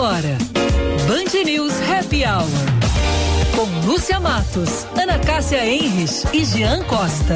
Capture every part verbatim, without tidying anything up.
agora, Band News Happy Hour. Com Lúcia Matos, Ana Cássia Henrich e Jean Costa.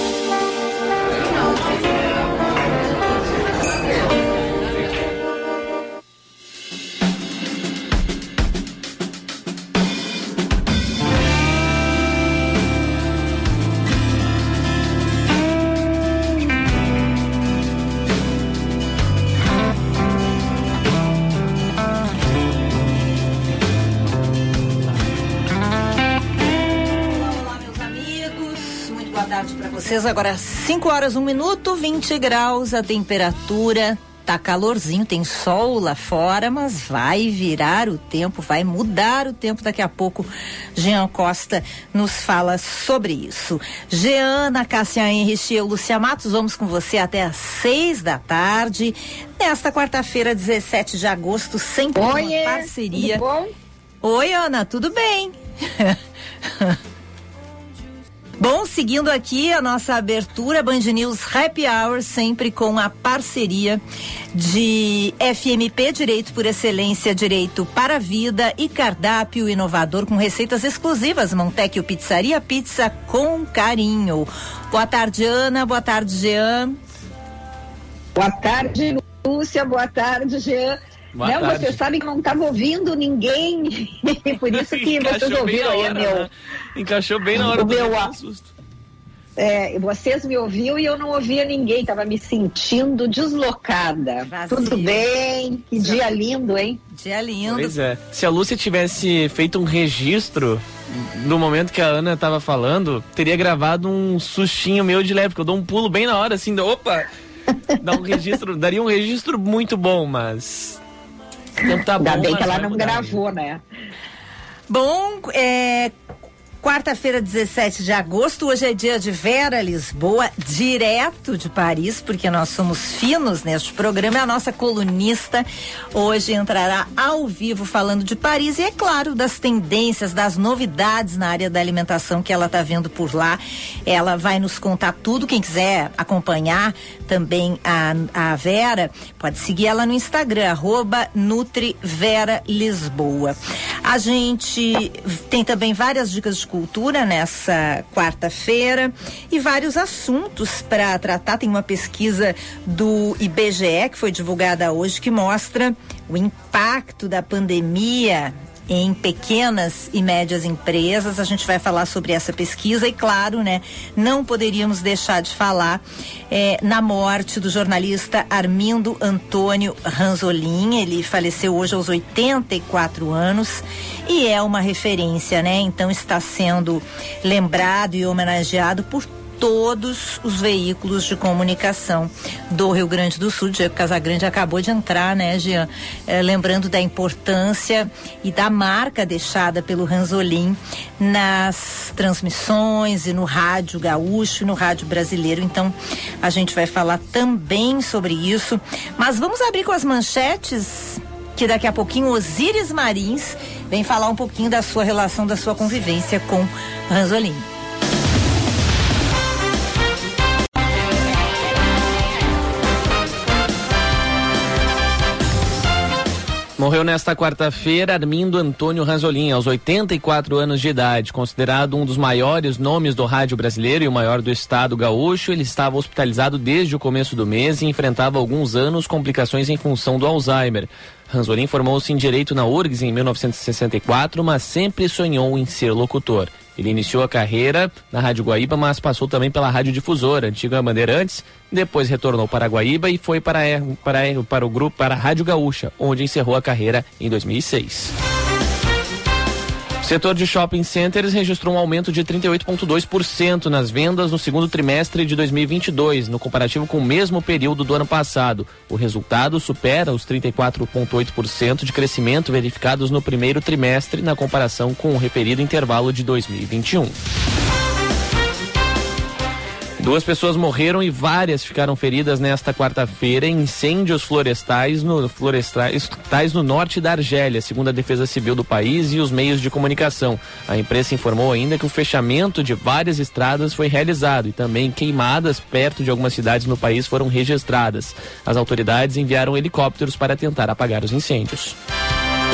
Vocês agora cinco horas, um minuto, vinte graus a temperatura, tá calorzinho, tem sol lá fora, mas vai virar o tempo, vai mudar o tempo daqui a pouco. Jean Costa nos fala sobre isso. Jean, Ana Cássia Henrich e eu, Lúcia Matos, vamos com você até às seis da tarde, nesta quarta-feira, dezessete de agosto, sempre Oi, uma parceria. Tudo bom? Oi, Ana, tudo bem? Bom, seguindo aqui a nossa abertura, Band News Happy Hour, sempre com a parceria de F M P, Direito por Excelência, Direito para a Vida, e Cardápio Inovador com receitas exclusivas, Montecchio Pizzaria, pizza com carinho. Boa tarde, Ana, boa tarde, Jean. Boa tarde, Lúcia, boa tarde, Jean. Boa não, tarde. Vocês sabem que não estava ouvindo ninguém, por isso que vocês ouviram aí, meu... Né? Encaixou bem na hora o do meu, meu susto. É, vocês me ouviam e eu não ouvia ninguém, estava me sentindo deslocada. Vazio. Tudo bem? Que dia lindo, hein? Dia lindo. Pois é. Se a Lúcia tivesse feito um registro no momento que a Ana estava falando, teria gravado um sustinho meu de leve, porque eu dou um pulo bem na hora, assim, do, opa! Dá um registro, daria um registro muito bom, mas... Então tá Ainda bom, bem mas que ela vai não mudar, gravou, né? Bom, é... quarta-feira, dezessete de agosto, hoje é dia de Vera Lisboa, direto de Paris, porque nós somos finos neste programa. A nossa colunista hoje entrará ao vivo falando de Paris e, é claro, das tendências, das novidades na área da alimentação que ela está vendo por lá. Ela vai nos contar tudo. Quem quiser acompanhar também a, a Vera, pode seguir ela no Instagram, arroba Nutri Vera Lisboa. A gente tem também várias dicas de cultura nessa quarta-feira e vários assuntos para tratar. Tem uma pesquisa do I B G E que foi divulgada hoje que mostra o impacto da pandemia em pequenas e médias empresas. A gente vai falar sobre essa pesquisa e, claro, né, não poderíamos deixar de falar eh, na morte do jornalista Armindo Antônio Ranzolin. Ele faleceu hoje aos oitenta e quatro anos e é uma referência, né? Então está sendo lembrado e homenageado por todos os veículos de comunicação do Rio Grande do Sul. Diego Casagrande acabou de entrar, né, Jean? É, lembrando da importância e da marca deixada pelo Ranzolin nas transmissões e no rádio gaúcho e no rádio brasileiro. Então, a gente vai falar também sobre isso. Mas vamos abrir com as manchetes, que daqui a pouquinho Osíris Marins vem falar um pouquinho da sua relação, da sua convivência com Ranzolin. Morreu nesta quarta-feira Armindo Antônio Ranzolin, aos oitenta e quatro anos de idade. Considerado um dos maiores nomes do rádio brasileiro e o maior do estado gaúcho, ele estava hospitalizado desde o começo do mês e enfrentava há alguns anos complicações em função do Alzheimer. Ranzolin formou-se em Direito na U R G S em mil novecentos e sessenta e quatro, mas sempre sonhou em ser locutor. Ele iniciou a carreira na Rádio Guaíba, mas passou também pela Rádio Difusora, antiga Bandeirantes, depois retornou para a Guaíba e foi para, para, para o grupo, para a Rádio Gaúcha, onde encerrou a carreira em dois mil e seis. O setor de shopping centers registrou um aumento de trinta e oito vírgula dois por cento nas vendas no segundo trimestre de dois mil e vinte e dois, no comparativo com o mesmo período do ano passado. O resultado supera os trinta e quatro vírgula oito por cento de crescimento verificados no primeiro trimestre, na comparação com o referido intervalo de dois mil e vinte e um. Duas pessoas morreram e várias ficaram feridas nesta quarta-feira em incêndios florestais no, florestais no norte da Argélia, segundo a Defesa Civil do país e os meios de comunicação. A imprensa informou ainda que o fechamento de várias estradas foi realizado e também queimadas perto de algumas cidades no país foram registradas. As autoridades enviaram helicópteros para tentar apagar os incêndios.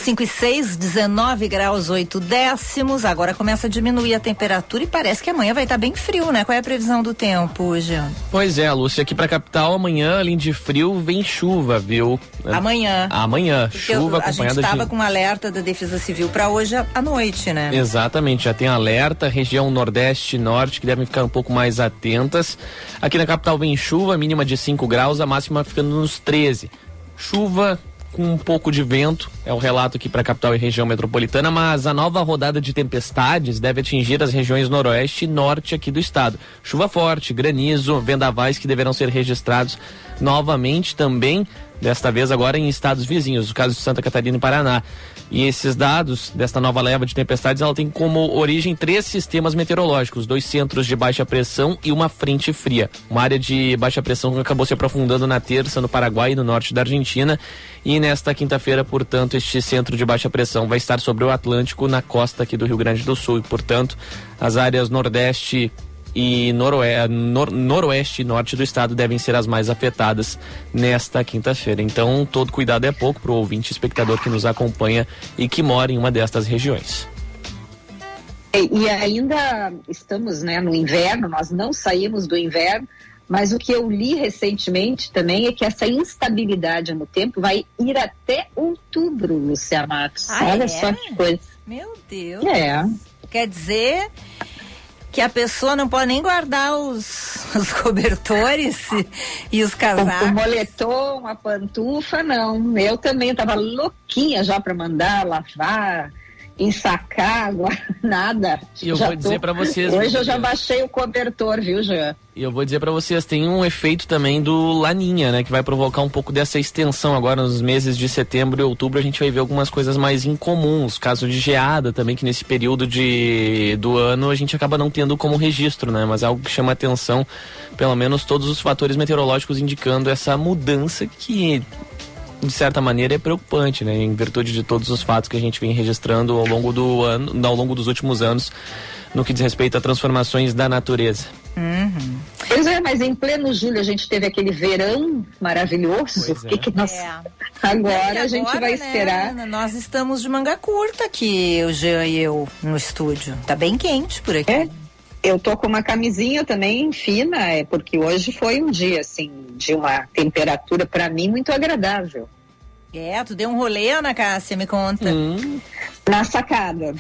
cinco e seis, dezenove graus, oito décimos. Agora começa a diminuir a temperatura e parece que amanhã vai estar bem frio, né? Qual é a previsão do tempo, Jean? Pois é, Lúcia, aqui pra capital amanhã, além de frio, vem chuva, viu? Amanhã. Amanhã, Porque chuva eu, acompanhada de... A gente estava com um alerta da Defesa Civil para hoje à noite, né? Exatamente, já tem alerta, região nordeste e norte que devem ficar um pouco mais atentas. Aqui na capital vem chuva, mínima de cinco graus, a máxima ficando nos treze. Chuva com um pouco de vento, é o relato aqui para a capital e região metropolitana, mas a nova rodada de tempestades deve atingir as regiões noroeste e norte aqui do estado. Chuva forte, granizo, vendavais que deverão ser registrados novamente também, desta vez agora em estados vizinhos, no caso de Santa Catarina e Paraná. E esses dados desta nova leva de tempestades, ela tem como origem três sistemas meteorológicos, dois centros de baixa pressão e uma frente fria. Uma área de baixa pressão que acabou se aprofundando na terça no Paraguai e no norte da Argentina. E nesta quinta-feira, portanto, este centro de baixa pressão vai estar sobre o Atlântico, na costa aqui do Rio Grande do Sul. E, portanto, as áreas nordeste e noroeste, nor, noroeste e norte do estado devem ser as mais afetadas nesta quinta-feira. Então, todo cuidado é pouco para o ouvinte espectador que nos acompanha e que mora em uma destas regiões. E, e ainda estamos, né, no inverno, nós não saímos do inverno, mas o que eu li recentemente também é que essa instabilidade no tempo vai ir até outubro, Lúcia Matos. Ah, Olha é? só que coisa. Meu Deus. É. Quer dizer que a pessoa não pode nem guardar os, os cobertores e, e os casacos. O, o moletom, a pantufa, não. Eu também estava louquinha já para mandar lavar, ensacar, agora nada. E eu já vou dizer para vocês... Hoje eu já baixei o cobertor, viu, Jean? E eu vou dizer para vocês, tem um efeito também do Laninha, né? Que vai provocar um pouco dessa extensão agora nos meses de setembro e outubro. A gente vai ver algumas coisas mais incomuns, caso de geada também, que nesse período de, do ano a gente acaba não tendo como registro, né? Mas é algo que chama atenção, pelo menos todos os fatores meteorológicos indicando essa mudança que, de certa maneira, é preocupante, né? Em virtude de todos os fatos que a gente vem registrando ao longo do ano, ao longo dos últimos anos, no que diz respeito a transformações da natureza. Uhum. Pois é, mas em pleno julho a gente teve aquele verão maravilhoso. Pois é. Que que nós... É. Agora, agora a gente vai né, esperar. Nós estamos de manga curta aqui, o Jean e eu, no estúdio. Tá bem quente por aqui. É. Eu tô com uma camisinha também fina, é porque hoje foi um dia, assim, de uma temperatura, para mim, muito agradável. É, tu deu um rolê, Ana Cássia, me conta. Hum. Na sacada.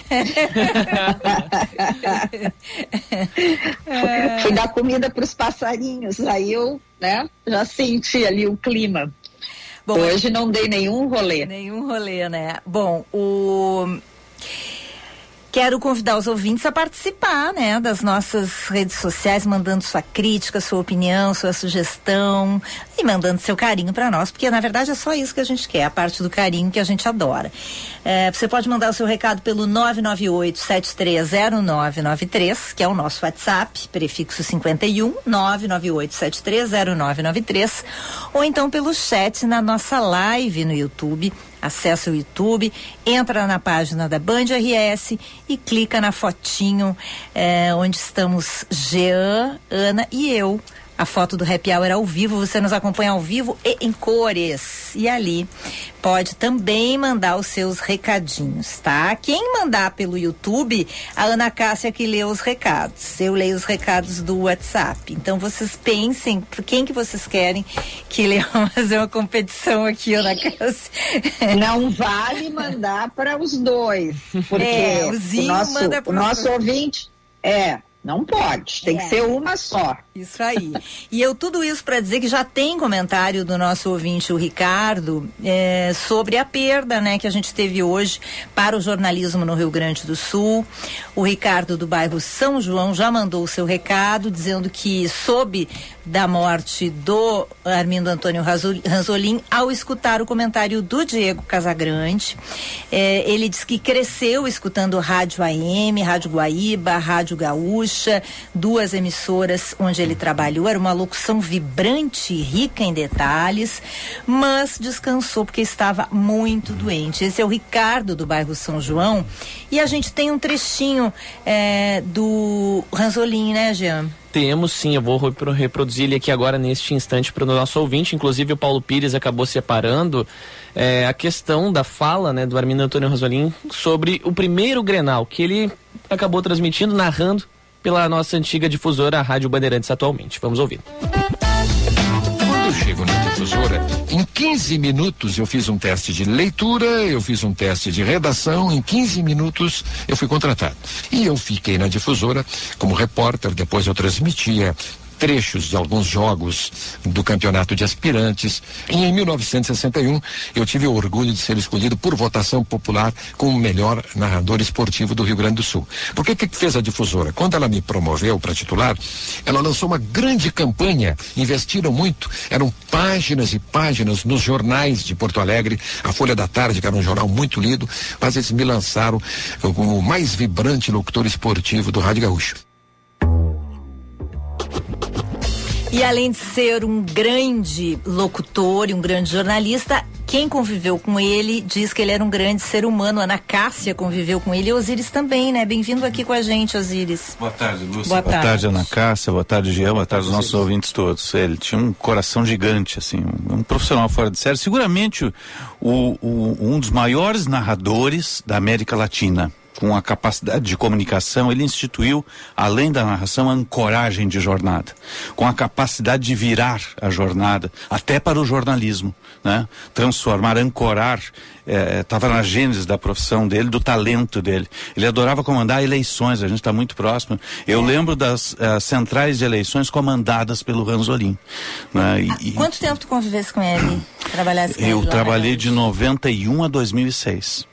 É. Fui dar comida para os passarinhos, aí eu, né, já senti ali o clima. Bom, hoje não dei nenhum rolê. Nenhum rolê, né? Bom, o... Quero convidar os ouvintes a participar, né, das nossas redes sociais, mandando sua crítica, sua opinião, sua sugestão e mandando seu carinho para nós, porque na verdade é só isso que a gente quer, a parte do carinho que a gente adora. É, você pode mandar o seu recado pelo nove nove oito, sete três zero nove nove três, que é o nosso WhatsApp, prefixo cinquenta e um, nove nove oito, sete três zero nove nove três, ou então pelo chat na nossa live no YouTube. Acesse o YouTube, entra na página da Band R S e clica na fotinho eh, onde estamos Jean, Ana e eu. A foto do Happy Hour ao vivo, você nos acompanha ao vivo e em cores. E ali pode também mandar os seus recadinhos, tá? Quem mandar pelo YouTube, a Ana Cássia que lê os recados. Eu leio os recados do WhatsApp. Então vocês pensem por quem que vocês querem que lê. Vamos fazer uma competição aqui, Ana Cássia. Não vale mandar para os dois, porque é, o, Zinho o nosso, manda o nosso ouvinte é... Não pode, tem é. que ser uma só. Isso aí. E eu tudo isso para dizer que já tem comentário do nosso ouvinte, o Ricardo, é, sobre a perda, né, que a gente teve hoje para o jornalismo no Rio Grande do Sul. O Ricardo do bairro São João já mandou o seu recado dizendo que soube da morte do Armindo Antônio Ranzolin ao escutar o comentário do Diego Casagrande. É, ele diz que cresceu escutando rádio A M, rádio Guaíba, rádio Gaúcha, Gaúcha, duas emissoras onde ele trabalhou. Era uma locução vibrante e rica em detalhes, mas descansou porque estava muito doente. Esse é o Ricardo, do bairro São João, e a gente tem um trechinho é, do Ranzolin, né, Jean? Temos sim, eu vou reproduzir ele aqui agora neste instante para o nosso ouvinte. Inclusive o Paulo Pires acabou separando é, a questão da fala, né, do Armindo Antônio Ranzolin sobre o primeiro Grenal, que ele acabou transmitindo, narrando pela nossa antiga difusora, a Rádio Bandeirantes atualmente. Vamos ouvir. Eu chego na difusora, em quinze minutos eu fiz um teste de leitura, eu fiz um teste de redação, em quinze minutos eu fui contratado. E eu fiquei na difusora como repórter, depois eu transmitia trechos de alguns jogos do campeonato de aspirantes. E em mil novecentos e sessenta e um eu tive o orgulho de ser escolhido por votação popular como o melhor narrador esportivo do Rio Grande do Sul. Porque o que fez a difusora? Quando ela me promoveu para titular, ela lançou uma grande campanha, investiram muito, eram páginas e páginas nos jornais de Porto Alegre, a Folha da Tarde, que era um jornal muito lido, mas eles me lançaram como o mais vibrante locutor esportivo do Rádio Gaúcho. E além de ser um grande locutor e um grande jornalista, quem conviveu com ele diz que ele era um grande ser humano. Ana Cássia conviveu com ele e Osíris também, né? Bem-vindo aqui com a gente, Osíris. Boa tarde, Lúcia. Boa, boa tarde. tarde, Ana Cássia. Boa tarde, Jean. Boa tarde aos nossos ouvintes todos. Ele tinha um coração gigante, assim, um, um profissional fora de série. Seguramente o, o, um dos maiores narradores da América Latina. Com a capacidade de comunicação, ele instituiu, além da narração, a ancoragem de jornada, com a capacidade de virar a jornada, até para o jornalismo, né? Transformar, ancorar, estava é, na gênese da profissão dele, do talento dele. Ele adorava comandar eleições, a gente está muito próximo. Eu lembro das uh, centrais de eleições comandadas pelo Ranzolin. Né? E, ah, quanto tempo tu convivesse com ele? Trabalhasse com eu ele? Eu trabalhei de noventa e um a dois mil e seis.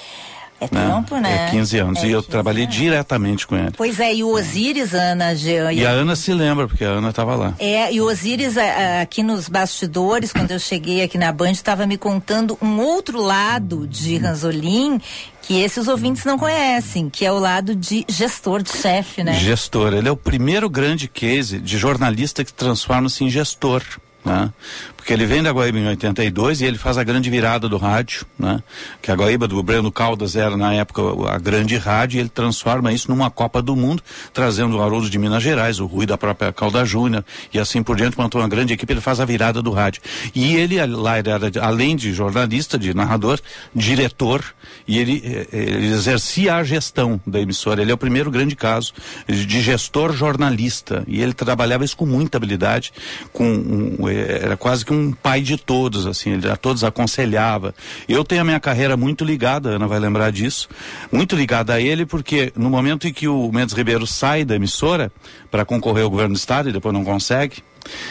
É tempo, né? né? É quinze anos. É, e eu quinze trabalhei anos. diretamente com ele. Pois é, e o Osíris, Ana, Jean, E a Ana se lembra, porque a Ana estava lá. É, e o Osíris, a, a, aqui nos bastidores, quando eu cheguei aqui na Band, estava me contando um outro lado de Ranzolin, que esses ouvintes não conhecem, que é o lado de gestor, de chefe, né? Gestor. Ele é o primeiro grande case de jornalista que transforma-se em gestor. Né? Porque ele vem da Guaíba em oitenta e dois e ele faz a grande virada do rádio, né? Que a Guaíba do Breno Caldas era na época a grande rádio, e ele transforma isso numa Copa do Mundo, trazendo o Haroldo de Minas Gerais, o Rui da própria Calda Júnior e assim por diante, montou uma grande equipe. Ele faz a virada do rádio. E ele lá era, além de jornalista, de narrador, diretor, e ele, ele exercia a gestão da emissora. Ele é o primeiro grande caso de gestor jornalista, e ele trabalhava isso com muita habilidade, com um, era quase que um pai de todos, assim, ele a todos aconselhava. Eu tenho a minha carreira muito ligada, a Ana vai lembrar disso, muito ligada a ele, porque no momento em que o Mendes Ribeiro sai da emissora para concorrer ao governo do estado e depois não consegue,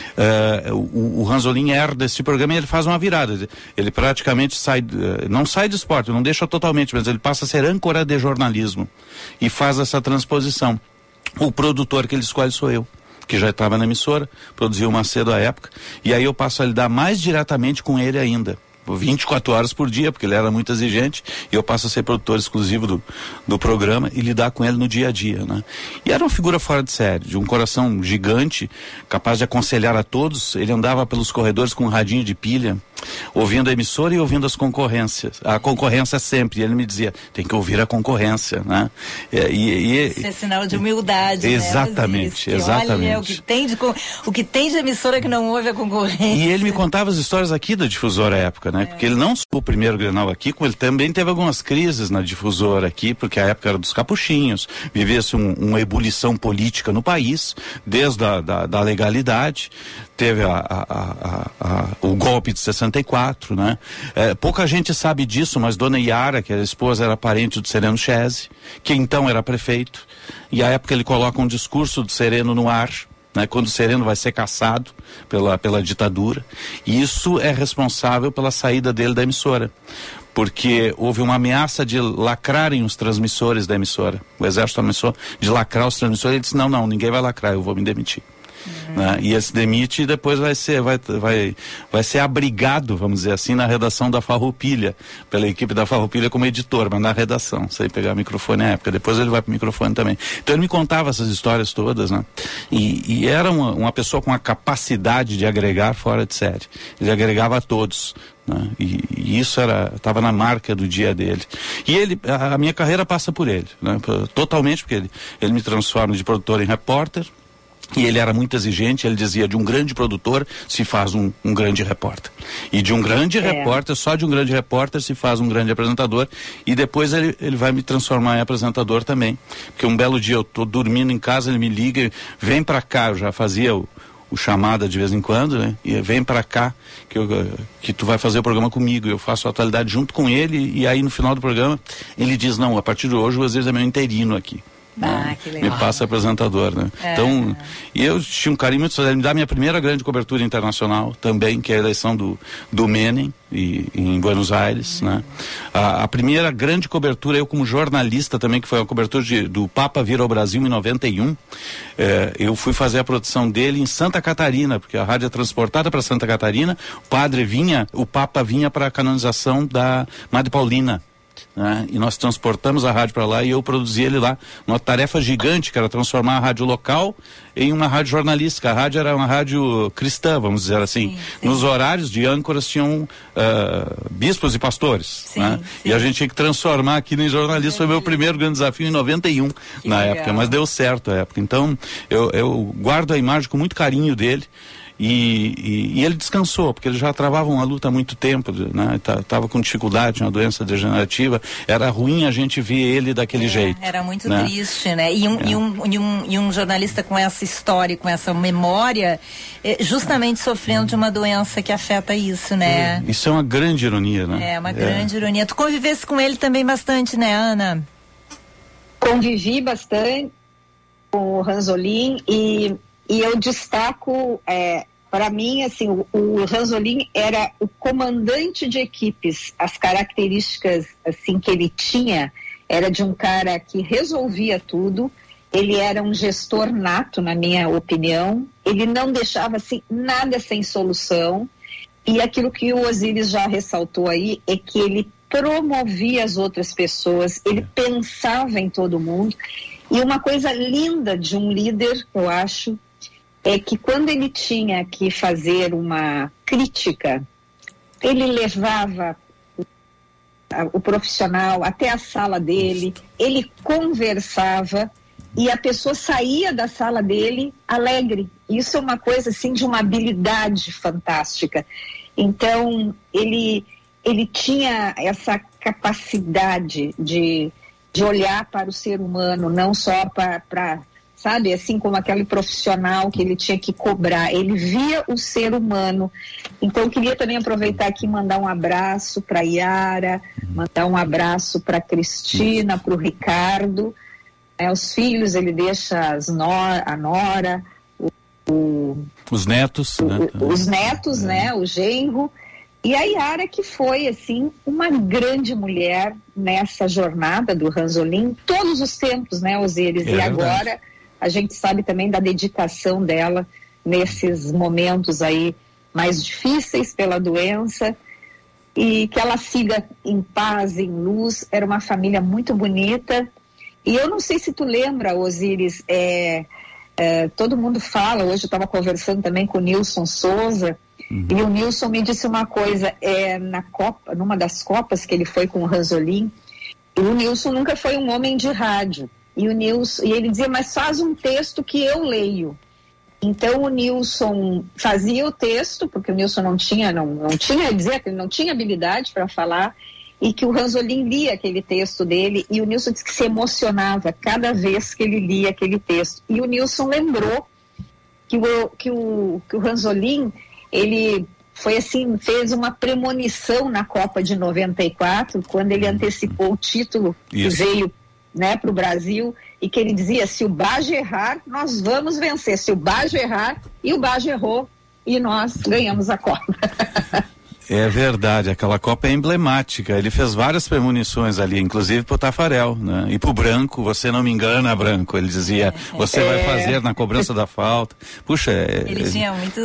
Uh, o, o Ranzolin herda esse programa e ele faz uma virada. Ele praticamente sai, uh, não sai de esporte, não deixa totalmente, mas ele passa a ser âncora de jornalismo e faz essa transposição. O produtor que ele escolhe sou eu, que já estava na emissora, produziu uma cedo à época, e aí eu passo a lidar mais diretamente com ele ainda, vinte e quatro horas por dia, porque ele era muito exigente, e eu passo a ser produtor exclusivo do, do programa e lidar com ele no dia a dia, né? E era uma figura fora de série, de um coração gigante, capaz de aconselhar a todos. Ele andava pelos corredores com um radinho de pilha, ouvindo a emissora e ouvindo as concorrências, a concorrência sempre, e ele me dizia, tem que ouvir a concorrência, né? E, e, Isso é sinal de humildade, exatamente, né? exatamente. Olha, o que tem de, o que tem de emissora que não ouve a concorrência. E ele me contava as histórias aqui da difusora à época, né? É. Porque ele não só o primeiro Grenal aqui, como ele também teve algumas crises na difusora aqui, porque a época era dos capuchinhos, vivia-se um, uma ebulição política no país, desde a da, da legalidade, teve a, a, a, a, o golpe de sessenta e quatro, né? É, pouca gente sabe disso, mas Dona Iara, que era a esposa, era parente do Sereno Chese, que então era prefeito, e à época ele coloca um discurso do Sereno no ar, né, quando o Sereno vai ser cassado pela, pela ditadura, e isso é responsável pela saída dele da emissora, porque houve uma ameaça de lacrarem os transmissores da emissora. O exército ameaçou de lacrar os transmissores, ele disse, não, não, ninguém vai lacrar, eu vou me demitir. Uhum. Né? E ele se demite e depois vai ser, vai, vai, vai ser abrigado, vamos dizer assim, na redação da Farroupilha, pela equipe da Farroupilha como editor, mas na redação, sem pegar microfone na época. Depois ele vai pro microfone também. Então ele me contava essas histórias todas, né? E, e era uma, uma pessoa com a capacidade de agregar fora de série. Ele agregava a todos. Né? E, e isso era, estava na marca do dia dele. E ele, a, a minha carreira passa por ele, né? Totalmente, porque ele, ele me transforma de produtor em repórter. E ele era muito exigente, ele dizia, de um grande produtor se faz um, um grande repórter. E de um grande é. repórter, só de um grande repórter se faz um grande apresentador. E depois ele, ele vai me transformar em apresentador também. Porque um belo dia eu tô dormindo em casa, ele me liga, vem pra cá, eu já fazia o, o chamada de vez em quando, né? E vem pra cá, que, eu, que tu vai fazer o programa comigo. Eu faço a atualidade junto com ele, e aí no final do programa ele diz, não, a partir de hoje o Osiris é meu interino aqui. Ah, que legal. Me passa apresentador, né? É. Então, e eu tinha um carinho muito, ele me dá a minha primeira grande cobertura internacional também, que é a eleição do, do Menem e, em Buenos Aires, uhum. né? A, a primeira grande cobertura, eu como jornalista também, que foi a cobertura de, do Papa vir ao Brasil em noventa e um, é, eu fui fazer a produção dele em Santa Catarina, porque a rádio é transportada para Santa Catarina, o padre vinha, o Papa vinha para a canonização da Madre Paulina. Né? E nós transportamos a rádio para lá e eu produzi ele lá, uma tarefa gigante que era transformar a rádio local em uma rádio jornalística. A rádio era uma rádio cristã, vamos dizer assim. Sim, sim. Nos horários de âncoras tinham uh, bispos e pastores, sim, né? Sim. E a gente tinha que transformar aquilo em jornalismo. Foi meu primeiro grande desafio em noventa e um, que na legal. época, mas deu certo a época. Então eu, eu guardo a imagem com muito carinho dele. E, e, e ele descansou, porque ele já travava uma luta há muito tempo, né? Tava com dificuldade, uma doença degenerativa, era ruim a gente ver ele daquele é, jeito. Era muito né? triste, né? E um, é. e, um, e, um, e um jornalista com essa história, com essa memória, justamente sofrendo de uma doença que afeta isso, né? Isso é uma grande ironia, né? É, uma é. grande ironia. Tu convivesse com ele também bastante, né, Ana? Convivi bastante com o Ranzolin e E eu destaco, é, para mim, assim, o, o Ranzolin era o comandante de equipes. As características, assim, que ele tinha, era de um cara que resolvia tudo. Ele era um gestor nato, na minha opinião. Ele não deixava, assim, nada sem solução. E aquilo que o Osiris já ressaltou aí é que ele promovia as outras pessoas, ele pensava em todo mundo. E uma coisa linda de um líder, eu acho, é que quando ele tinha que fazer uma crítica, ele levava o, a, o profissional até a sala dele, ele conversava e a pessoa saía da sala dele alegre. Isso é uma coisa assim de uma habilidade fantástica. Então, ele, ele tinha essa capacidade de, de olhar para o ser humano, não só para... para sabe, assim como aquele profissional que ele tinha que cobrar, ele via o ser humano. Então eu queria também aproveitar aqui e mandar um abraço para Yara, mandar um abraço para Cristina, para o Ricardo, é, os filhos, ele deixa as nor, a nora, o, o, os netos, o, né? os netos, é. né, o genro, e a Yara, que foi, assim, uma grande mulher nessa jornada do Ranzolin, todos os tempos, né, Osiris, é e verdade. Agora a gente sabe também da dedicação dela nesses momentos aí mais difíceis pela doença, e que ela siga em paz, em luz. Era uma família muito bonita. E eu não sei se tu lembra, Osiris, é, é, todo mundo fala, hoje eu estava conversando também com o Nilson Souza, uhum. e o Nilson me disse uma coisa, é, na Copa, numa das Copas que ele foi com o Ranzolin, o Nilson nunca foi um homem de rádio. E o Nilson, e ele dizia, mas faz um texto que eu leio. Então o Nilson fazia o texto, porque o Nilson não tinha, não, não tinha, dizia que ele não tinha habilidade para falar, e que o Ranzolin lia aquele texto dele, e o Nilson disse que se emocionava cada vez que ele lia aquele texto. E o Nilson lembrou que o, que o, que o Ranzolin, ele foi assim, fez uma premonição na Copa de noventa e quatro, quando ele antecipou o título Isso. que veio, né, para o Brasil, e que ele dizia, se o Baggio errar, nós vamos vencer. Se o Baggio errar, e o Baggio errou, e nós ganhamos a Copa. É verdade, aquela Copa é emblemática. Ele fez várias premonições ali, inclusive pro Tafarel, né? E pro Branco, você não me engana, Branco. Ele dizia, você é. vai fazer na cobrança da falta. Puxa, é, ele tinha muitos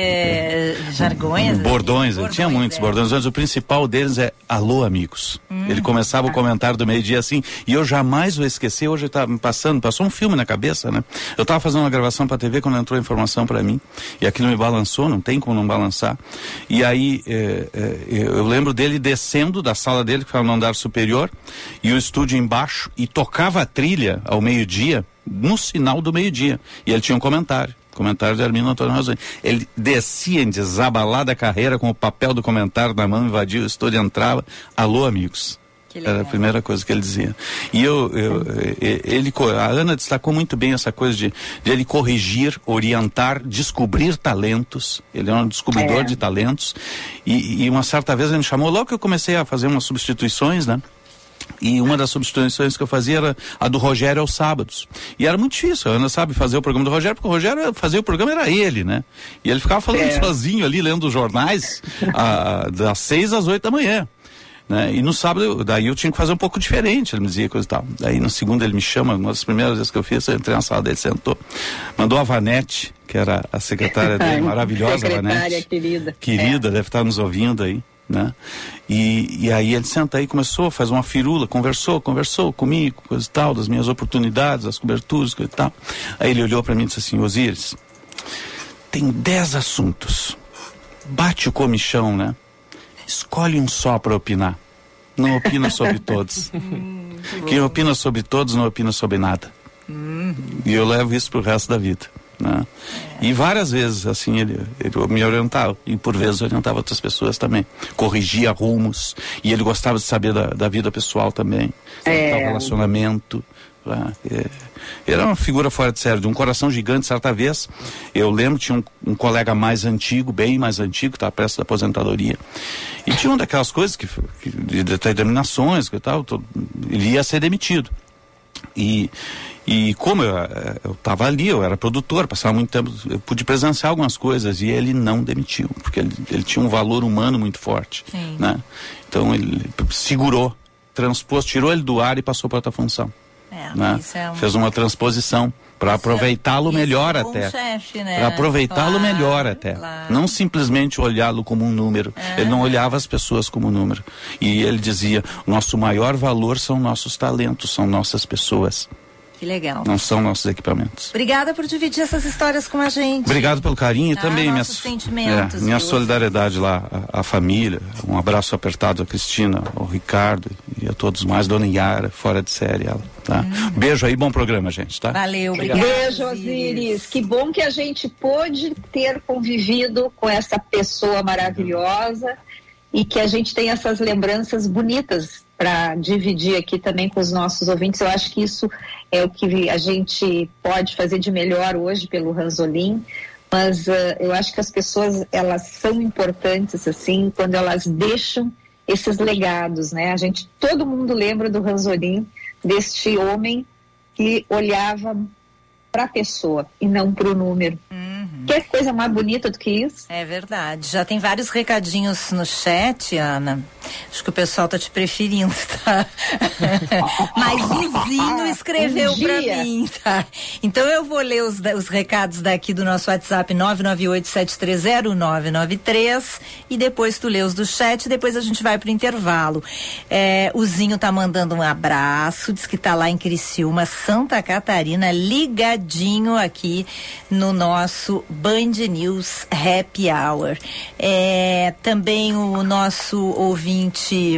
é, é, jargões. Bordões, assim, ele tinha bordões, muitos é. bordões, mas o principal deles é alô, amigos. Hum, ele começava tá. o comentário do meio-dia assim, e eu jamais vou esquecer, hoje tá me passando, passou um filme na cabeça, né? Eu tava fazendo uma gravação pra T V quando entrou a informação pra mim, e aquilo me balançou, não tem como não balançar. E aí, é, é, eu lembro dele descendo da sala dele, que ficava no andar superior, e o estúdio embaixo, e tocava a trilha ao meio-dia, no sinal do meio-dia. E ele tinha um comentário. Comentário de Armindo Antônio Ranzolin. Ele descia em desabalada carreira com o papel do comentário na mão, invadia o estúdio, entrava. Alô, amigos. Era a primeira coisa que ele dizia. E eu, eu, ele, a Ana destacou muito bem essa coisa de, de ele corrigir, orientar, descobrir talentos. Ele é um descobridor é. de talentos. E, e uma certa vez ele me chamou, logo que eu comecei a fazer umas substituições, né? E uma das substituições que eu fazia era a do Rogério aos sábados. E era muito difícil, a Ana sabe fazer o programa do Rogério, porque o Rogério fazia o programa, era ele, né? E ele ficava falando é. sozinho ali, lendo os jornais, a, das seis às oito da manhã. Né? E no sábado, eu, daí eu tinha que fazer um pouco diferente, ele me dizia coisa e tal. Daí no segundo ele me chama, uma das primeiras vezes que eu fiz, eu entrei na sala dele, sentou, mandou a Vanete, que era a secretária dele, maravilhosa, a Vanete. querida. Querida, é. deve estar nos ouvindo aí, né? E, e aí ele senta aí, começou a fazer uma firula, conversou, conversou comigo, coisa e tal, das minhas oportunidades, das coberturas, coisa e tal. Aí ele olhou para mim e disse assim, Osíris, tem dez assuntos, bate o comichão, né? Escolhe um só para opinar. Não opina sobre todos. Quem opina sobre todos não opina sobre nada. E eu levo isso pro resto da vida. Né? E várias vezes, assim, ele, ele me orientava. E por vezes orientava outras pessoas também. Corrigia rumos. E ele gostava de saber da, da vida pessoal também. É. Do relacionamento. É, era uma figura fora de série, de um coração gigante. Certa vez, eu lembro, tinha um, um colega mais antigo, bem mais antigo, estava perto da aposentadoria, e tinha uma daquelas coisas que, que de determinações que tal, todo, ele ia ser demitido. E, e como eu estava ali, eu era produtor, passava muito tempo, eu pude presenciar algumas coisas, e ele não demitiu, porque ele, ele tinha um valor humano muito forte. Sim. Né? Então ele segurou, transpôs, tirou ele do ar e passou para outra função. É, né? é um... Fez uma transposição para aproveitá-lo melhor é um até. Né? Para aproveitá-lo claro, melhor até. Claro. Não simplesmente olhá-lo como um número. É. Ele não olhava as pessoas como um número. E ele dizia, nosso maior valor são nossos talentos, são nossas pessoas. Que legal. Não são nossos equipamentos. Obrigada por dividir essas histórias com a gente. Obrigado pelo carinho e ah, também minha, sentimentos, é, minha solidariedade lá à, à família. Um abraço apertado à Cristina, ao Ricardo e a todos mais, Dona Yara, fora de série ela. Tá? Hum. Beijo aí, bom programa, gente. Tá? Valeu, obrigada. Beijo, Osíris. Que bom que a gente pôde ter convivido com essa pessoa maravilhosa e que a gente tem essas lembranças bonitas para dividir aqui também com os nossos ouvintes. Eu acho que isso é o que a gente pode fazer de melhor hoje pelo Ranzolin, mas uh, eu acho que as pessoas, elas são importantes assim quando elas deixam esses legados, né? A gente, todo mundo lembra do Ranzolin, deste homem que olhava para a pessoa e não para o número. Uhum. Que coisa mais bonita do que isso? É verdade. Já tem vários recadinhos no chat, Ana. Acho que o pessoal tá te preferindo, tá? Mas o Zinho escreveu um pra mim, tá? Então eu vou ler os, os recados daqui do nosso WhatsApp nove nove oito sete três zero nove nove três e depois tu lê os do chat e depois a gente vai pro intervalo. É, o Zinho tá mandando um abraço, diz que tá lá em Criciúma, Santa Catarina, ligadinho aqui no nosso Band News Happy Hour. É, também o nosso ouvinte,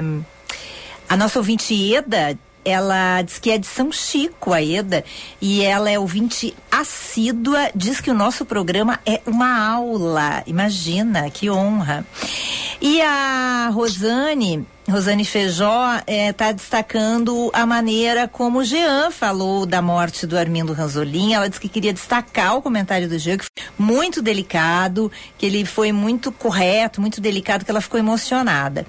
a nossa ouvinte Eda, ela diz que é de São Chico, a Eda, e ela é ouvinte assídua, diz que o nosso programa é uma aula. Imagina, que honra. E a Rosane, Rosane Feijó, está eh, destacando a maneira como o Jean falou da morte do Armindo Ranzolin. Ela disse que queria destacar o comentário do Jean, que foi muito delicado, que ele foi muito correto, muito delicado, que ela ficou emocionada.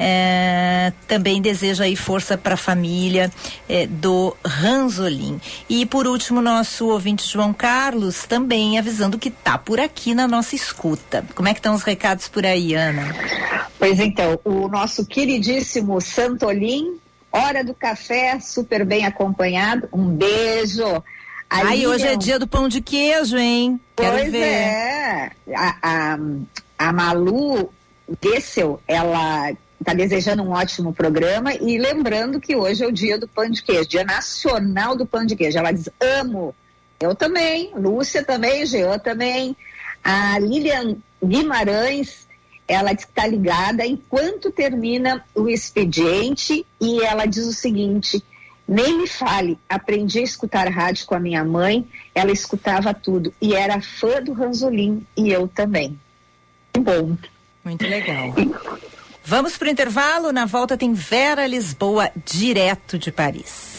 Eh, também deseja aí força para a família eh, do Ranzolin. E por último, nosso ouvinte João Carlos também avisando que tá por aqui na nossa escuta. Como é que estão os recados por aí, Ana? Pois então, o nosso queridíssimo Santolim, hora do café, super bem acompanhado. Um beijo. Ai, Lilian... hoje é dia do pão de queijo, hein? Quero pois ver. é. A, a, a Malu Dessel, ela está desejando um ótimo programa e lembrando que hoje é o dia do pão de queijo, dia nacional do pão de queijo. Ela diz, amo. Eu também, Lúcia também, Jean também. A Lilian Guimarães, ela diz que está ligada enquanto termina o expediente e ela diz o seguinte, nem me fale, aprendi a escutar rádio com a minha mãe, ela escutava tudo e era fã do Ranzolin e eu também. Bom. Muito legal. Vamos para o intervalo, na volta tem Vera Lisboa, direto de Paris.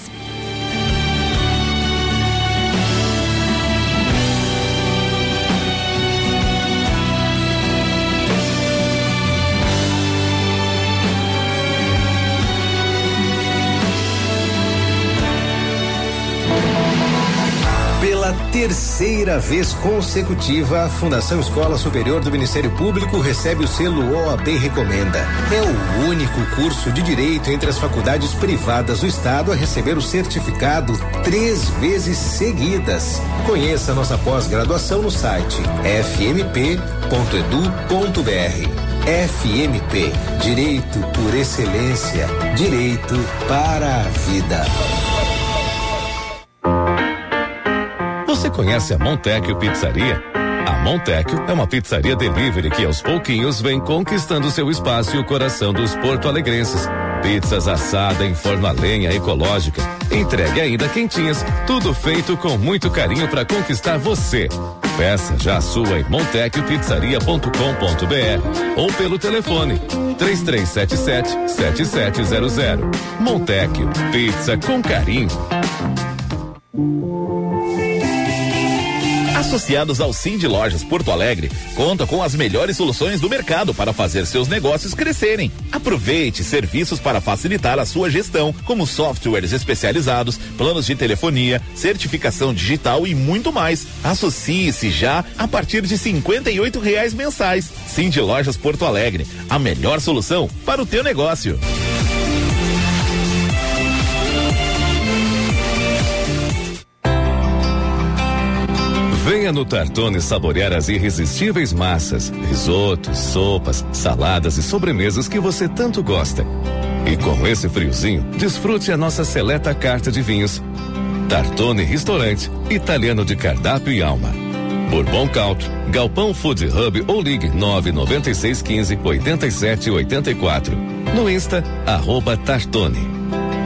Pela terceira vez consecutiva, a Fundação Escola Superior do Ministério Público recebe o selo O A B Recomenda. É o único curso de direito entre as faculdades privadas do estado a receber o certificado três vezes seguidas. Conheça nossa pós-graduação no site f m p ponto edu ponto b r. F M P, Direito por Excelência, Direito para a Vida. Você conhece a Montecchio Pizzaria? A Montecchio é uma pizzaria delivery que aos pouquinhos vem conquistando seu espaço e o coração dos porto-alegrenses. Pizzas assada em forno a lenha ecológica, entregue ainda quentinhas, tudo feito com muito carinho para conquistar você. Peça já a sua em montecchio pizzaria ponto com ponto b r ou pelo telefone três três sete sete, sete sete zero zero. Montecchio, pizza com carinho. Associados ao Cindy Lojas Porto Alegre, conta com as melhores soluções do mercado para fazer seus negócios crescerem. Aproveite serviços para facilitar a sua gestão, como softwares especializados, planos de telefonia, certificação digital e muito mais. Associe-se já a partir de cinquenta e oito reais mensais. Cindy Lojas Porto Alegre, a melhor solução para o teu negócio. Venha no Tartone saborear as irresistíveis massas, risotos, sopas, saladas e sobremesas que você tanto gosta. E com esse friozinho, desfrute a nossa seleta carta de vinhos. Tartone Restaurante, italiano de cardápio e alma. Bourbon Country, Galpão Food Hub ou ligue nove nove seis um cinco, oito sete oito quatro. No Insta, arroba Tartone.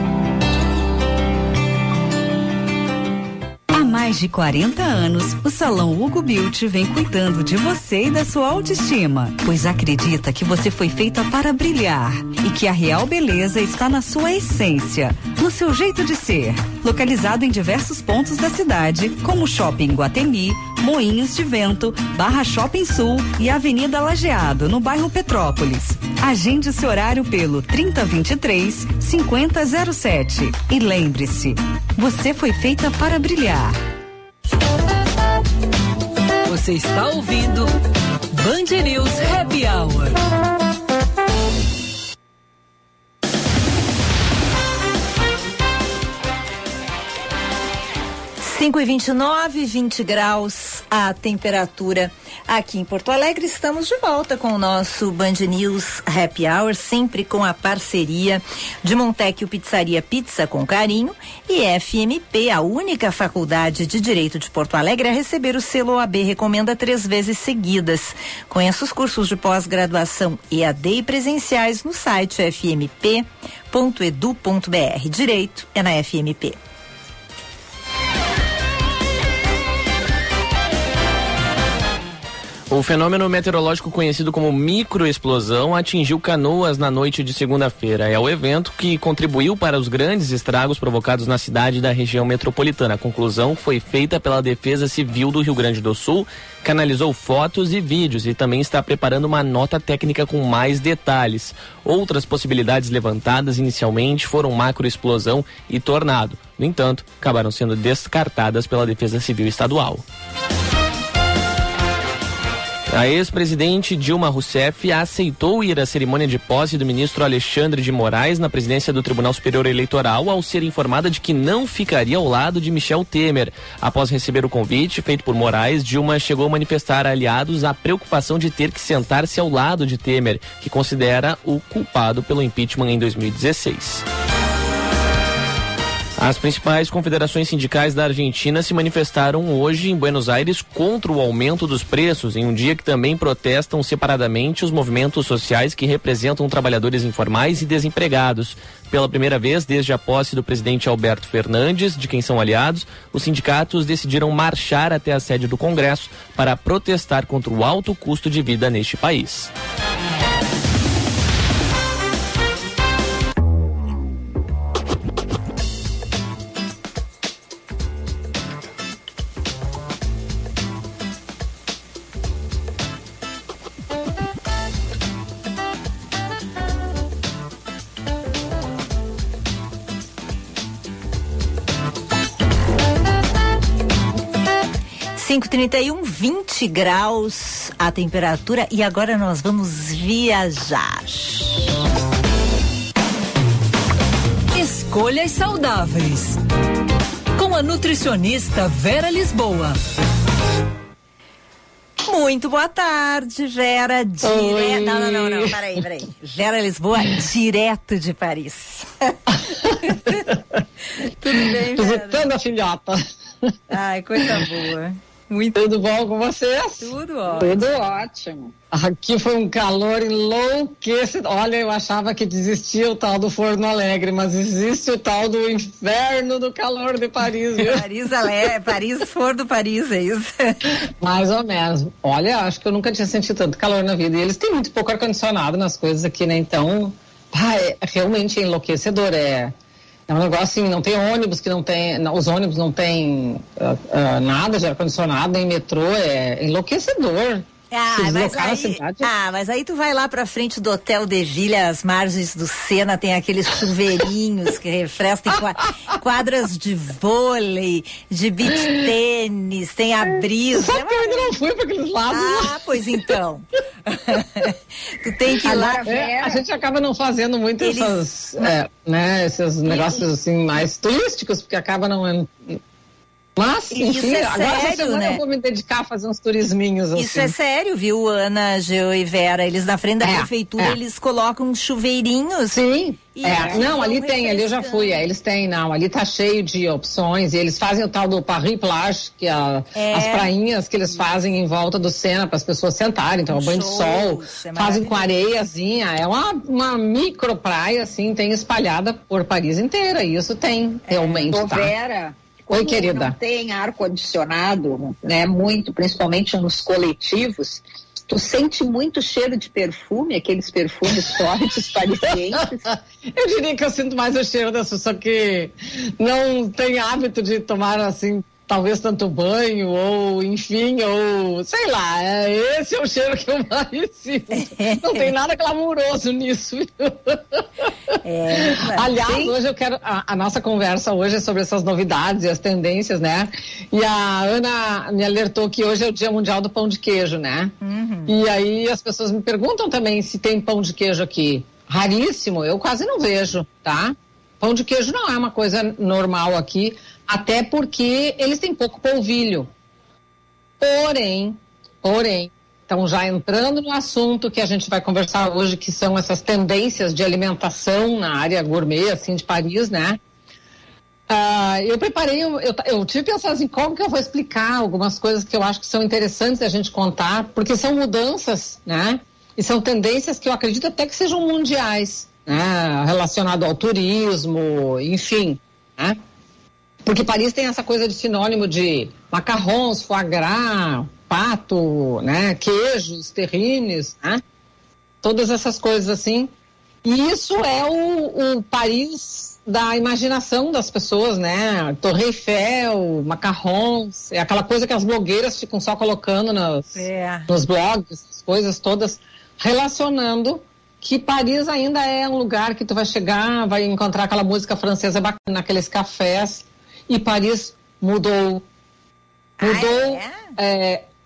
Há mais de quarenta anos, o Salão Hugo Beauty vem cuidando de você e da sua autoestima, pois acredita que você foi feita para brilhar e que a real beleza está na sua essência, no seu jeito de ser. Localizado em diversos pontos da cidade, como Shopping Guatemi, Moinhos de Vento, Barra Shopping Sul e Avenida Lajeado, no bairro Petrópolis. Agende seu horário pelo trinta vinte e três, cinquenta zero sete. E lembre-se, você foi feita para brilhar. Você está ouvindo Band News Happy Hour. cinco e vinte e nove, vinte graus a temperatura aqui em Porto Alegre. Estamos de volta com o nosso Band News Happy Hour, sempre com a parceria de Montecchio Pizzaria Pizza com Carinho e F M P, a única faculdade de Direito de Porto Alegre a receber o selo O A B Recomenda três vezes seguidas. Conheça os cursos de pós-graduação E A D e presenciais no site f m p ponto edu ponto b r. Direito é na F M P. O fenômeno meteorológico conhecido como microexplosão atingiu Canoas na noite de segunda-feira. É o evento que contribuiu para os grandes estragos provocados na cidade e da região metropolitana. A conclusão foi feita pela Defesa Civil do Rio Grande do Sul, que analisou fotos e vídeos e também está preparando uma nota técnica com mais detalhes. Outras possibilidades levantadas inicialmente foram macroexplosão e tornado. No entanto, acabaram sendo descartadas pela Defesa Civil Estadual. A ex-presidente Dilma Rousseff aceitou ir à cerimônia de posse do ministro Alexandre de Moraes na presidência do Tribunal Superior Eleitoral ao ser informada de que não ficaria ao lado de Michel Temer. Após receber o convite feito por Moraes, Dilma chegou a manifestar a aliados a preocupação de ter que sentar-se ao lado de Temer, que considera o culpado pelo impeachment em dois mil e dezesseis. As principais confederações sindicais da Argentina se manifestaram hoje em Buenos Aires contra o aumento dos preços, em um dia que também protestam separadamente os movimentos sociais que representam trabalhadores informais e desempregados. Pela primeira vez desde a posse do presidente Alberto Fernandes, de quem são aliados, os sindicatos decidiram marchar até a sede do Congresso para protestar contra o alto custo de vida neste país. cinco e trinta e um, vinte graus a temperatura e agora nós vamos viajar. Escolhas saudáveis. Com a nutricionista Vera Lisboa. Muito boa tarde, Vera. Dire... Não, não, não, não, peraí, peraí. Vera Lisboa, direto de Paris. Tudo bem, Vera? Visitando a filhota. Ai, coisa boa. Muito Tudo bom com vocês? Tudo ótimo. Tudo ótimo. Aqui foi um calor enlouquecedor. Olha, eu achava que desistia o tal do Forno Alegre, mas existe o tal do inferno do calor de Paris, viu? Paris, Ale... Paris, Forno Paris, é isso? Mais ou menos. Olha, acho que eu nunca tinha sentido tanto calor na vida. E eles têm muito pouco ar-condicionado nas coisas aqui, né? Então, pá, é realmente enlouquecedor. É... É um negócio assim, não tem ônibus que não tem, não, os ônibus não tem uh, uh, nada de ar-condicionado, nem metrô, é enlouquecedor. Ah mas, aí, ah, mas aí tu vai lá pra frente do Hotel de Ville, às margens do Sena, tem aqueles chuveirinhos que refrescam, tem quadras de vôlei, de beach tênis, tem a brisa. Só que eu ainda não fui pra aqueles lados. Ah, pois então. Tu tem que ir lá. É, a gente acaba não fazendo muito Eles... essas, é, né, esses negócios assim mais turísticos, porque acaba não... Mas, enfim, é agora sério, essa semana né? eu vou me dedicar a fazer uns turisminhos assim. Isso é sério, viu, Ana, Geo e Vera? Eles na frente da é, prefeitura, é. eles colocam chuveirinhos. Sim, é. Não, ali tem, ali eu já fui, é, eles têm, não, ali tá cheio de opções, e eles fazem o tal do Paris Plage, que é, é. as prainhas que eles fazem em volta do Sena para as pessoas sentarem, então um banho de sol, é fazem com areiazinha, é uma, uma micro praia, assim, tem espalhada por Paris inteira, e isso tem, realmente, é. tá? Vera. Oi, querida. Não tem ar-condicionado, né? Muito, principalmente nos coletivos. Tu sente muito cheiro de perfume, aqueles perfumes fortes, parisienses. Eu diria que eu sinto mais o cheiro das pessoas que não tem hábito de tomar, assim, talvez tanto banho, ou enfim, ou sei lá, é, esse é o cheiro que eu mais sinto. Não tem nada glamuroso nisso. É, Aliás, sim. hoje eu quero, a, a nossa conversa hoje é sobre essas novidades e as tendências, né? E a Ana me alertou que hoje é o Dia Mundial do Pão de Queijo, né? Uhum. E aí as pessoas me perguntam também se tem pão de queijo aqui. Raríssimo, eu quase não vejo, tá? Pão de queijo não é uma coisa normal aqui, até porque eles têm pouco polvilho. Porém, porém, então já entrando no assunto que a gente vai conversar hoje, que são essas tendências de alimentação na área gourmet, assim, de Paris, né? Uh, eu preparei, eu, eu, eu tive pensado assim, como que eu vou explicar algumas coisas que eu acho que são interessantes a gente contar, porque são mudanças, né? E são tendências que eu acredito até que sejam mundiais, né? Relacionado ao turismo, enfim, né? Porque Paris tem essa coisa de sinônimo de macarrons, foie gras, pato, né? Queijos, terrines, né? Todas essas coisas assim. E isso é o, o Paris da imaginação das pessoas, né? Torre Eiffel, macarrons, é aquela coisa que as blogueiras ficam só colocando nos, é. nos blogs, as coisas todas, relacionando que Paris ainda é um lugar que tu vai chegar, vai encontrar aquela música francesa bacana naqueles cafés, e Paris mudou. Mudou, ah, é? É,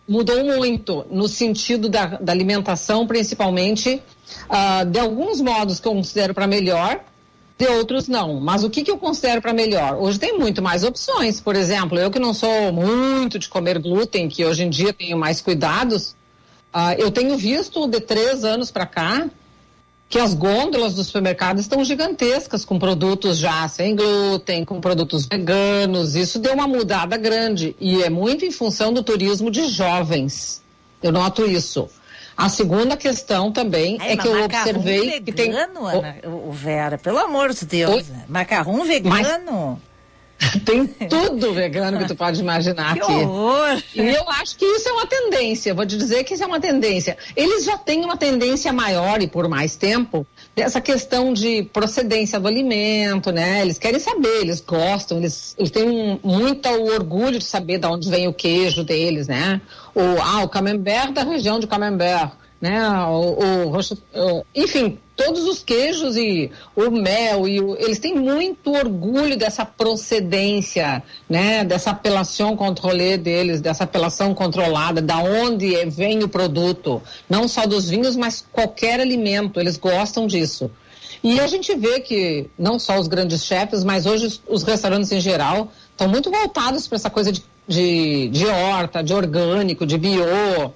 mudou muito no sentido da, da alimentação, principalmente uh, de alguns modos que eu considero para melhor, de outros não. Mas o que, que eu considero para melhor? Hoje tem muito mais opções. Por exemplo, eu que não sou muito de comer glúten, que hoje em dia tenho mais cuidados, uh, eu tenho visto de três anos para cá que as gôndolas do supermercado estão gigantescas, com produtos já sem glúten, com produtos veganos. Isso deu uma mudada grande e é muito em função do turismo de jovens. Eu noto isso. A segunda questão também Ai, é que eu macarrão observei vegano, que tem... Ana, o Vera, pelo amor de Deus. Oi? Macarrão vegano? Mas... Tem tudo vegano que tu pode imaginar que aqui. Horror. E eu acho que isso é uma tendência, vou te dizer que isso é uma tendência. Eles já têm uma tendência maior e por mais tempo dessa questão de procedência do alimento, né? Eles querem saber, eles gostam, eles, eles têm um, muito orgulho de saber de onde vem o queijo deles, né? O, ah, o camembert da região de Camembert, né? O, o, o, enfim, todos os queijos e o mel, e o, eles têm muito orgulho dessa procedência, né? Dessa apelação controlée deles, dessa apelação controlada, da onde vem o produto, não só dos vinhos, mas qualquer alimento, eles gostam disso. E a gente vê que não só os grandes chefes, mas hoje os, os restaurantes em geral estão muito voltados para essa coisa de, de, de horta, de orgânico, de bio.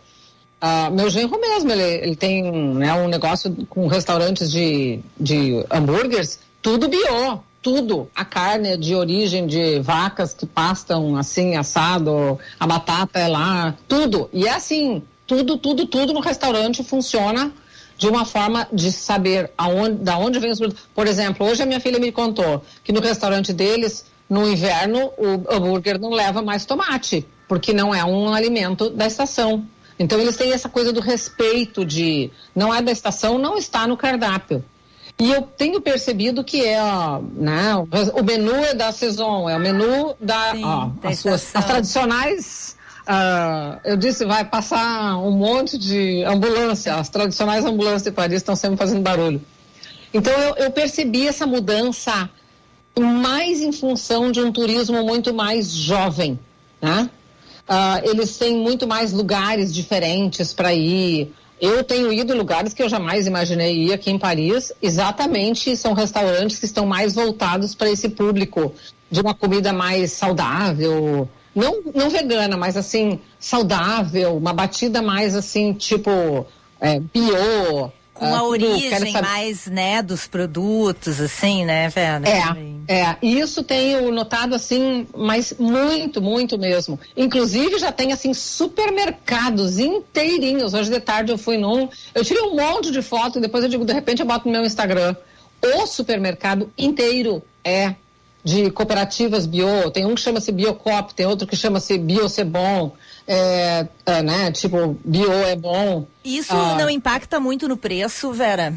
Uh, meu genro mesmo, ele, ele tem, né, um negócio com restaurantes de, de hambúrgueres, tudo bio, tudo. A carne é de origem de vacas que pastam assim, assado, a batata é lá, tudo. E é assim, tudo, tudo, tudo no restaurante funciona de uma forma de saber aonde, da onde vem os produtos. Por exemplo, hoje a minha filha me contou que no restaurante deles, no inverno, o hambúrguer não leva mais tomate, porque não é um alimento da estação. Então eles têm essa coisa do respeito de não é da estação, não está no cardápio. E eu tenho percebido que é, ó, né, o menu é da saison, é o menu da, Sim, ó, da as, suas, as tradicionais, uh, eu disse, vai passar um monte de ambulância, as tradicionais ambulâncias de Paris estão sempre fazendo barulho. Então eu, eu percebi essa mudança mais em função de um turismo muito mais jovem, né? Uh, eles têm muito mais lugares diferentes para ir. Eu tenho ido em lugares que eu jamais imaginei ir aqui em Paris. Exatamente, são restaurantes que estão mais voltados para esse público de uma comida mais saudável, não, não vegana, mas assim, saudável, uma batida mais assim, tipo é, bio. Com a uh, origem mais, né, dos produtos, assim, né, Vera? É, é, e isso tenho notado, assim, mas muito, muito mesmo. Inclusive, já tem, assim, supermercados inteirinhos. Hoje de tarde eu fui num, eu tirei um monte de foto e depois eu digo, de repente eu boto no meu Instagram. O supermercado inteiro é de cooperativas bio, tem um que chama-se Biocop, tem outro que chama-se Bio C'est Bon, é, é, né, tipo, bio é bom. Isso ah, não impacta muito no preço, Vera?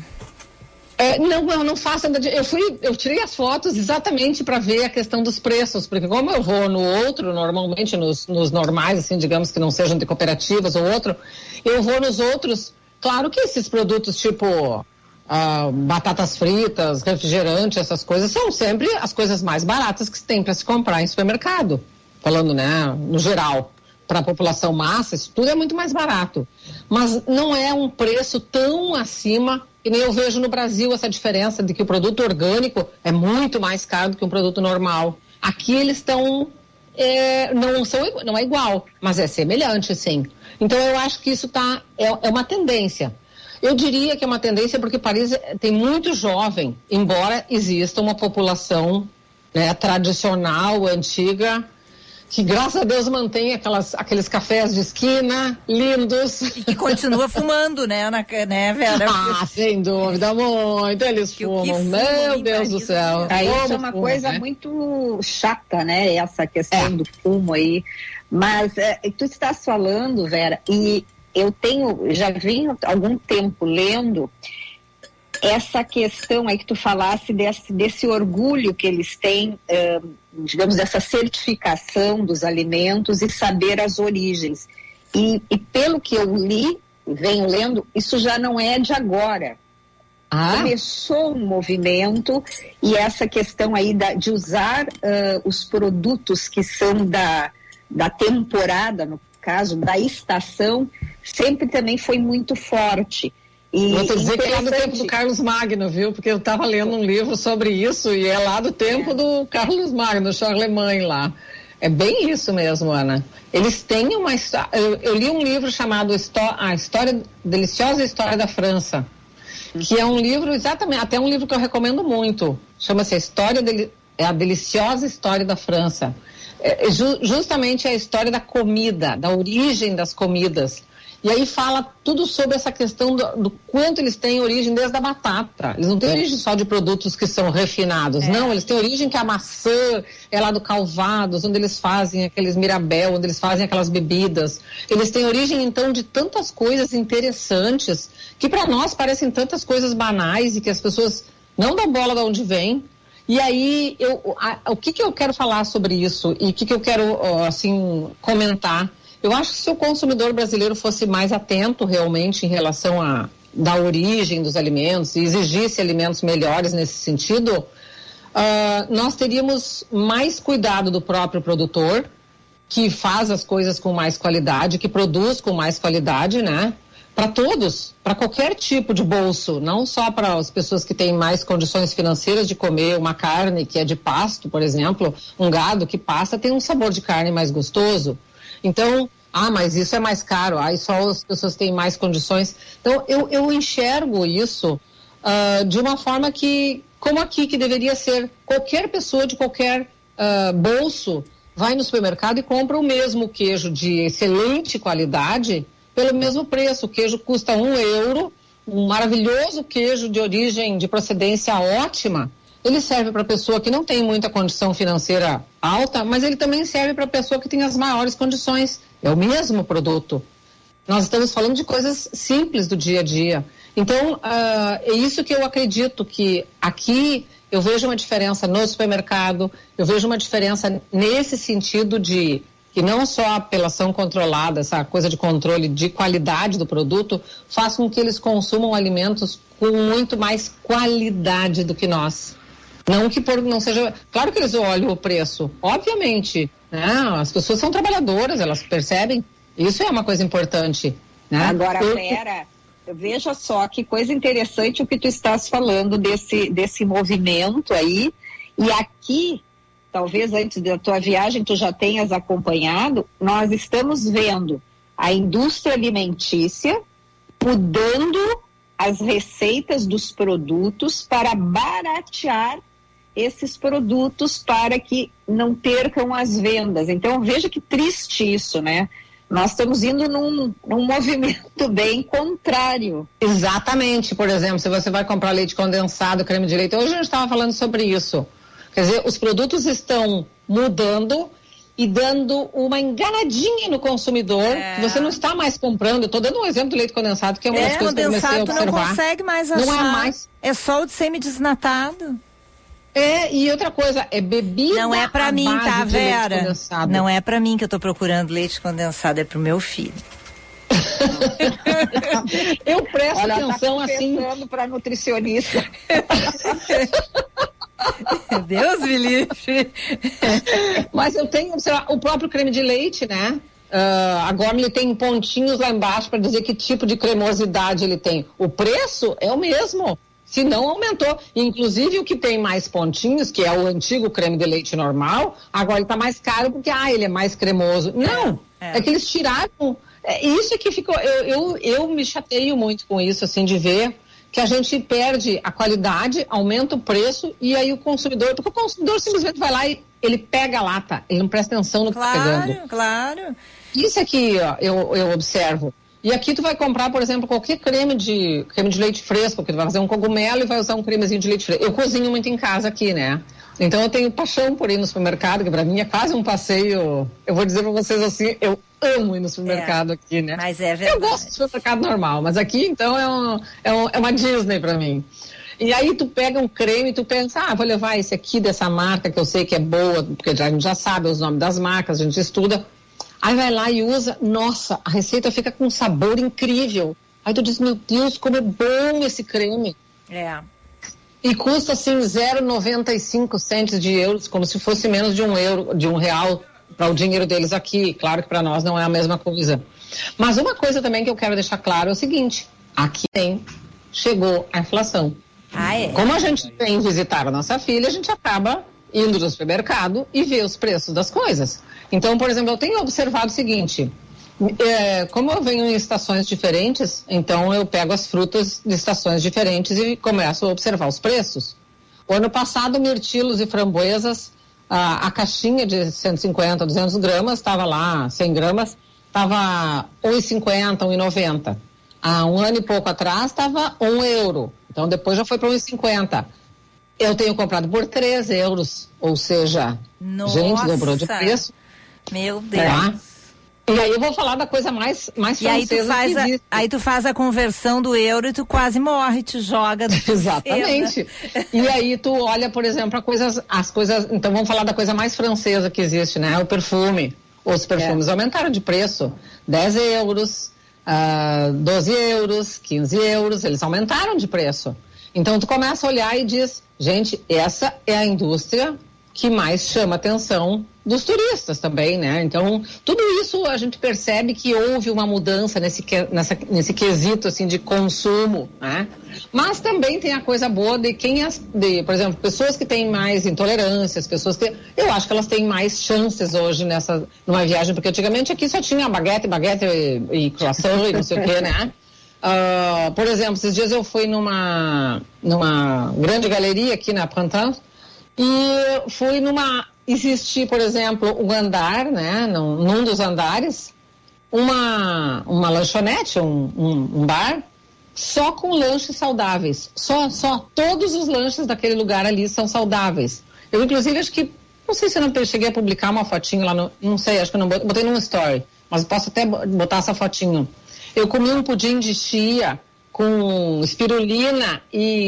É, não, eu não faço, eu fui, eu tirei as fotos exatamente para ver a questão dos preços, porque como eu vou no outro, normalmente nos, nos normais, assim, digamos que não sejam de cooperativas ou outro, eu vou nos outros, claro que esses produtos tipo Uh, batatas fritas, refrigerante, essas coisas são sempre as coisas mais baratas que tem para se comprar em supermercado, falando, né, no geral, para a população massa, isso tudo é muito mais barato, mas não é um preço tão acima, e nem eu vejo no Brasil essa diferença de que o produto orgânico é muito mais caro do que um produto normal. Aqui eles estão, é, não, são, não é igual, mas é semelhante, sim. Então eu acho que isso tá, é, é uma tendência. Eu diria que é uma tendência porque Paris tem muito jovem, embora exista uma população, né, tradicional, antiga, que graças a Deus mantém aquelas, aqueles cafés de esquina lindos. E que continua fumando, né, na, né, Vera? Ah, sem dúvida, muito, eles que fumam, fumam, meu Deus do céu. Aí isso é uma fuma, coisa, né, muito chata, né, essa questão é. do fumo aí. Mas é, tu estás falando, Vera, e eu tenho, já vim há algum tempo lendo essa questão aí que tu falasse desse, desse orgulho que eles têm, uh, digamos, dessa certificação dos alimentos e saber as origens. E, e pelo que eu li, venho lendo, isso já não é de agora. Ah. Começou um movimento e essa questão aí da, de usar uh, os produtos que são da, da temporada, no caso da estação, sempre também foi muito forte. E vou te dizer que é lá do tempo do Carlos Magno, viu? Porque eu estava lendo um livro sobre isso e é lá do tempo é. do Carlos Magno, Charlemagne lá. É bem isso mesmo, Ana. Eles têm uma história. Eu, eu li um livro chamado Histó- A História, Deliciosa História da França, que é um livro, exatamente, até um livro que eu recomendo muito. Chama-se a História Deli- é a Deliciosa História da França. É, é ju- justamente a história da comida, da origem das comidas. E aí fala tudo sobre essa questão do, do quanto eles têm origem desde a batata. Eles não têm origem só de produtos que são refinados, é. não. Eles têm origem que a maçã é lá do Calvados, onde eles fazem aqueles Mirabel, onde eles fazem aquelas bebidas. Eles têm origem, então, de tantas coisas interessantes que para nós parecem tantas coisas banais e que as pessoas não dão bola de onde vem. E aí, eu, a, o que, que eu quero falar sobre isso e o que, que eu quero, ó, assim, comentar? Eu acho que se o consumidor brasileiro fosse mais atento realmente em relação à da origem dos alimentos e exigisse alimentos melhores nesse sentido, uh, nós teríamos mais cuidado do próprio produtor, que faz as coisas com mais qualidade, que produz com mais qualidade, né? Para todos, para qualquer tipo de bolso, não só para as pessoas que têm mais condições financeiras de comer uma carne que é de pasto, por exemplo, um gado que passa tem um sabor de carne mais gostoso. Então, ah, mas isso é mais caro, ah, e só as pessoas têm mais condições. Então, eu, eu enxergo isso uh, de uma forma que, como aqui, que deveria ser qualquer pessoa de qualquer uh, bolso vai no supermercado e compra o mesmo queijo de excelente qualidade pelo mesmo preço. O queijo custa um euro, um maravilhoso queijo de origem, de procedência ótima. Ele serve para pessoa que não tem muita condição financeira alta, mas ele também serve para pessoa que tem as maiores condições. É o mesmo produto. Nós estamos falando de coisas simples do dia a dia. Então, uh, é isso que eu acredito, que aqui eu vejo uma diferença no supermercado, eu vejo uma diferença nesse sentido de que não só a apelação controlada, essa coisa de controle de qualidade do produto, faz com que eles consumam alimentos com muito mais qualidade do que nós. Não que por, não seja... Claro que eles olham o preço, obviamente, né? As pessoas são trabalhadoras, elas percebem. Isso é uma coisa importante, né? Agora, eu, Vera, veja só que coisa interessante o que tu estás falando desse, desse movimento aí. E aqui, talvez antes da tua viagem tu já tenhas acompanhado, nós estamos vendo a indústria alimentícia mudando as receitas dos produtos para baratear esses produtos para que não percam as vendas. Então, veja que triste isso, né? Nós estamos indo num, num movimento bem contrário. Exatamente. Por exemplo, se você vai comprar leite condensado, creme de leite, hoje a gente estava falando sobre isso. Quer dizer, os produtos estão mudando e dando uma enganadinha no consumidor, é. que você não está mais comprando. Estou dando um exemplo do leite condensado, que é uma das é, coisas que eu comecei a observar. Não consegue mais achar. Não é mais. É só o de semi-desnatado. É, e outra coisa, é bebida. Não é pra mim, tá, Vera? Não é pra mim que eu tô procurando leite condensado, é pro meu filho. Eu presto Olha, atenção tá assim. Para nutricionista. Deus me livre. Mas eu tenho, sei lá, o próprio creme de leite, né? Uh, agora ele tem pontinhos lá embaixo para dizer que tipo de cremosidade ele tem. O preço é o mesmo. Se não, aumentou. Inclusive, o que tem mais pontinhos, que é o antigo creme de leite normal, agora ele está mais caro porque, ah, ele é mais cremoso. Não, é, é que eles tiraram. É, isso é que ficou. Eu, eu, eu me chateio muito com isso, assim, de ver que a gente perde a qualidade, aumenta o preço e aí o consumidor, porque o consumidor simplesmente vai lá e ele pega a lata, ele não presta atenção no que está pegando. Claro, claro. Isso aqui, ó, eu, eu observo. E aqui tu vai comprar, por exemplo, qualquer creme de creme de leite fresco, porque tu vai fazer um cogumelo e vai usar um cremezinho de leite fresco. Eu cozinho muito em casa aqui, né? Então eu tenho paixão por ir no supermercado, que pra mim é quase um passeio. Eu vou dizer pra vocês assim, eu amo ir no supermercado é, aqui, né? Mas é verdade. Eu gosto do supermercado normal, mas aqui então é, um, é, um, é uma Disney pra mim. E aí tu pega um creme e tu pensa, ah, vou levar esse aqui dessa marca que eu sei que é boa, porque a gente já sabe os nomes das marcas, a gente estuda. Aí vai lá e usa, nossa, a receita fica com um sabor incrível. Aí tu diz, meu Deus, como é bom esse creme. É. E custa assim zero vírgula noventa e cinco centos de euros, como se fosse menos de um euro, de um real. para o dinheiro deles aqui. Claro que para nós não é a mesma coisa. Mas uma coisa também que eu quero deixar claro é o seguinte: aqui tem, chegou a inflação. Ah, é? Como a gente vem visitar a nossa filha, a gente acaba indo no supermercado e ver os preços das coisas. Então, por exemplo, eu tenho observado o seguinte: é, como eu venho em estações diferentes, então eu pego as frutas de estações diferentes e começo a observar os preços. O ano passado, mirtilos e framboesas, a, a caixinha de cento e cinquenta, duzentos gramas, estava lá, cem gramas, estava um real e cinquenta, um real e noventa. Há um ano e pouco atrás estava um euro. Então depois já foi para um real e cinquenta. Eu tenho comprado por três euros. Ou seja, Nossa, gente, dobrou de preço. Meu Deus. Tá? E aí eu vou falar da coisa mais, mais e aí tu, faz que a, existe. aí tu faz a conversão do euro e tu quase morre, te joga. Exatamente. E aí tu olha, por exemplo, a coisas, as coisas. Então vamos falar da coisa mais francesa que existe, né? O perfume. Os perfumes é. aumentaram de preço. dez euros, uh, doze euros, quinze euros, eles aumentaram de preço. Então tu começa a olhar e diz, gente, essa é a indústria que mais chama atenção dos turistas também, né? Então, tudo isso a gente percebe que houve uma mudança nesse, nessa, nesse quesito, assim, de consumo, né? Mas também tem a coisa boa de quem, as, de, por exemplo, pessoas que têm mais intolerâncias, pessoas que, eu acho que elas têm mais chances hoje nessa, numa viagem, porque antigamente aqui só tinha baguete, baguete e, e croissant e não sei o quê, né? Uh, por exemplo, esses dias eu fui numa, numa grande galeria aqui na Printemps e fui numa, existir, por exemplo, um andar, né, num, num dos andares, uma, uma lanchonete, um, um, um bar, só com lanches saudáveis, só, só, todos os lanches daquele lugar ali são saudáveis. Eu, inclusive, acho que, não sei se eu não cheguei a publicar uma fotinho lá, no, não sei, acho que eu não botei, botei num story, mas posso até botar essa fotinho. Eu comi um pudim de chia com espirulina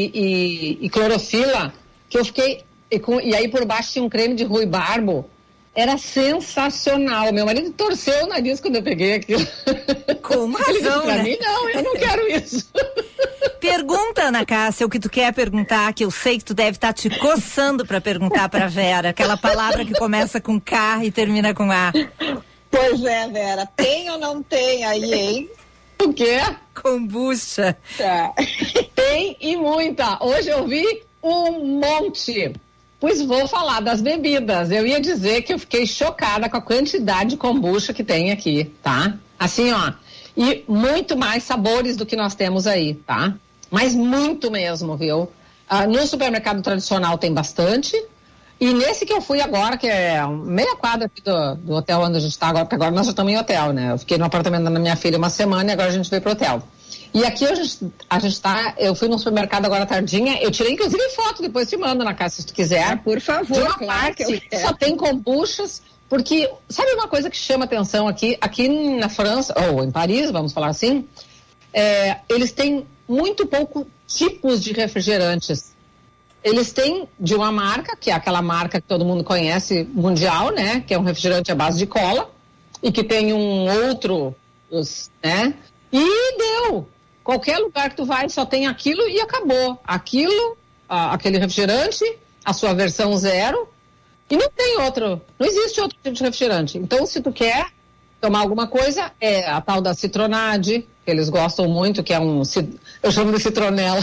e, e, e clorofila, que eu fiquei... E, com, e aí por baixo tinha um creme de ruibarbo. Era sensacional. Meu marido torceu o nariz quando eu peguei aquilo. Com razão, Ele disse pra né? mim, não, eu não quero isso. Pergunta, Ana Cássia, o que tu quer perguntar, que eu sei que tu deve estar te coçando pra perguntar pra Vera. Aquela palavra que começa com K e termina com A. Pois é, Vera. Tem ou não tem aí, hein? O quê? Kombucha. Tá. Tem e muita. Hoje eu vi um monte. Pois vou falar das bebidas. Eu ia dizer que eu fiquei chocada com a quantidade de kombucha que tem aqui, tá? Assim, ó. E muito mais sabores do que nós temos aí, tá? Mas muito mesmo, viu? Ah, no supermercado tradicional tem bastante. E nesse que eu fui agora, que é meia quadra aqui do, do hotel onde a gente tá agora, porque agora nós já estamos em hotel, né? Eu fiquei no apartamento da minha filha uma semana e agora a gente veio pro hotel. E aqui a gente, a gente tá, eu fui no supermercado agora tardinha, eu tirei inclusive foto, depois te mando na casa se tu quiser. Ah, por favor, de uma claro parte, que eu quero. só tem kombuchas, porque sabe uma coisa que chama atenção aqui, aqui na França, ou em Paris, vamos falar assim, é, eles têm muito pouco tipos de refrigerantes. Eles têm de uma marca, que é aquela marca que todo mundo conhece, mundial, né, que é um refrigerante à base de cola, e que tem um outro, né, e deu. Qualquer lugar que tu vai só tem aquilo e acabou. Aquilo, a, aquele refrigerante, a sua versão zero, e não tem outro, não existe outro tipo de refrigerante. Então, se tu quer tomar alguma coisa, é a tal da citronade, que eles gostam muito, que é um, eu chamo de citronela.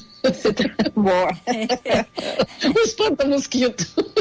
Boa. O espanta-mosquito.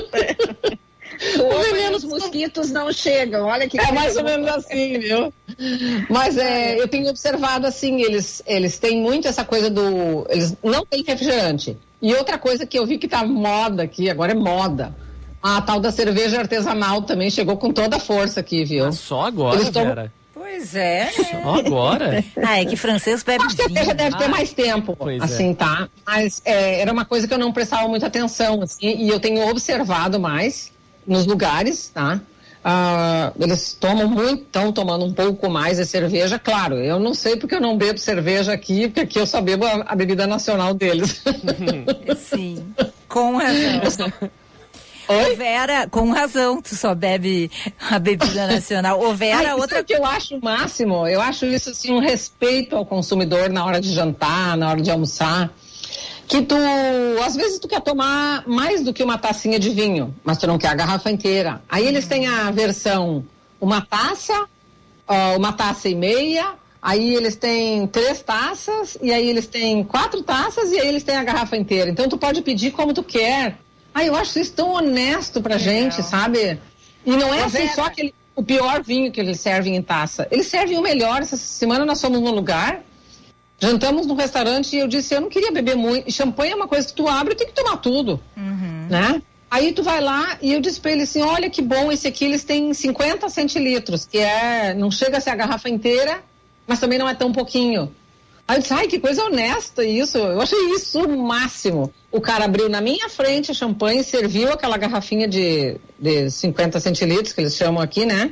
Os mosquitos não chegam, olha que é mais ou menos assim, viu? Mas é, eu tenho observado assim, eles, eles têm muito essa coisa do, eles não têm refrigerante. E outra coisa que eu vi que tá moda aqui, agora é moda, a tal da cerveja artesanal também chegou com toda a força aqui, viu? Ah, só agora, eles tomam... Vera? Pois é. Só agora? Ah, é que francês bebe Acho que vinho. já deve ter Ah, mais tempo, assim, é. Tá? Mas é, era uma coisa que eu não prestava muita atenção, assim, e eu tenho observado mais nos lugares, tá? Ah, eles tomam muito, estão tomando um pouco mais de cerveja, claro, eu não sei porque eu não bebo cerveja aqui, porque aqui eu só bebo a, a bebida nacional deles. Sim, com razão. Oi? Ô Vera, com razão, tu só bebe a bebida nacional. Ô Vera, Ai, outra... que eu acho o máximo, eu acho isso assim, um respeito ao consumidor na hora de jantar, na hora de almoçar. que tu, às vezes tu quer tomar mais do que uma tacinha de vinho, mas tu não quer a garrafa inteira. Aí eles têm a versão uma taça, uh, uma taça e meia, aí eles têm três taças, e aí eles têm quatro taças, e aí eles têm a garrafa inteira. Então tu pode pedir como tu quer. Ah, eu acho isso tão honesto pra Legal. gente, sabe? E não é assim só aquele, o pior vinho que eles servem em taça. Eles servem o melhor. Essa semana nós fomos num lugar, jantamos num restaurante e eu disse, eu não queria beber muito. E champanhe é uma coisa que tu abre e tem que tomar tudo, uhum. né? Aí tu vai lá e eu disse pra ele assim, olha que bom, esse aqui eles têm cinquenta centilitros, que é, não chega a ser a garrafa inteira, mas também não é tão pouquinho. Aí eu disse, ai, que coisa honesta isso, eu achei isso o máximo. O cara abriu na minha frente a champanhe, serviu aquela garrafinha de, de cinquenta centilitros, que eles chamam aqui, né?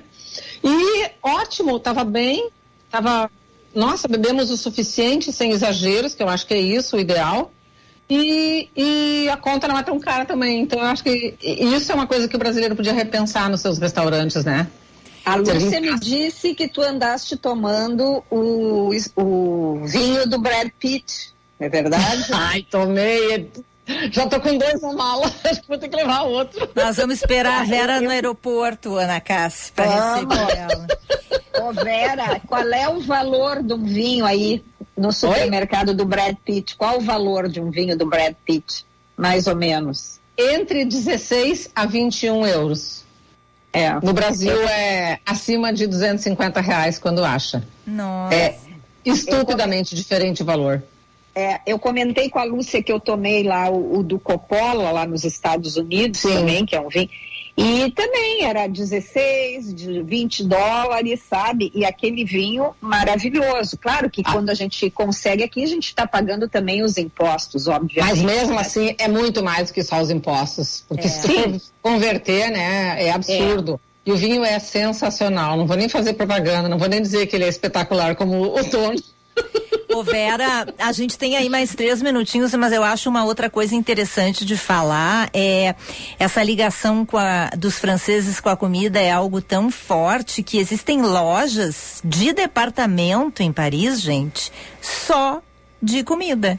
E ótimo, tava bem, tava, nossa, bebemos o suficiente, sem exageros, que eu acho que é isso, o ideal. E, e a conta não é tão cara também, então eu acho que isso é uma coisa que o brasileiro podia repensar nos seus restaurantes, né? A Lúcia me disse que tu andaste tomando o, o vinho do Brad Pitt, é verdade? Ai, tomei, já tô com dois na mala, acho que vou ter que levar outro. Nós vamos esperar a Vera no aeroporto, Ana Cássia, para receber ela. Ô Vera, qual é o valor de um vinho aí no supermercado Oi? do Brad Pitt? Qual o valor de um vinho do Brad Pitt, mais ou menos? Entre dezesseis a vinte e um euros. É. No Brasil é acima de duzentos e cinquenta reais quando acha. Nossa. É estupidamente diferente o valor. É, eu comentei com a Lúcia que eu tomei lá o, o do Coppola, lá nos Estados Unidos Sim. também, que é um vinho. E também era dezesseis, de vinte dólares, sabe? E aquele vinho maravilhoso. Claro que ah. quando a gente consegue aqui, a gente está pagando também os impostos, obviamente. Mas mesmo assim, é muito mais do que só os impostos. Porque é. se tu for converter, né, é absurdo. É. E o vinho é sensacional. Não vou nem fazer propaganda, não vou nem dizer que ele é espetacular como o dono. Ô Vera, a gente tem aí mais três minutinhos, mas eu acho uma outra coisa interessante de falar é essa ligação com a, dos franceses com a comida é algo tão forte que existem lojas de departamento em Paris, gente, só de comida.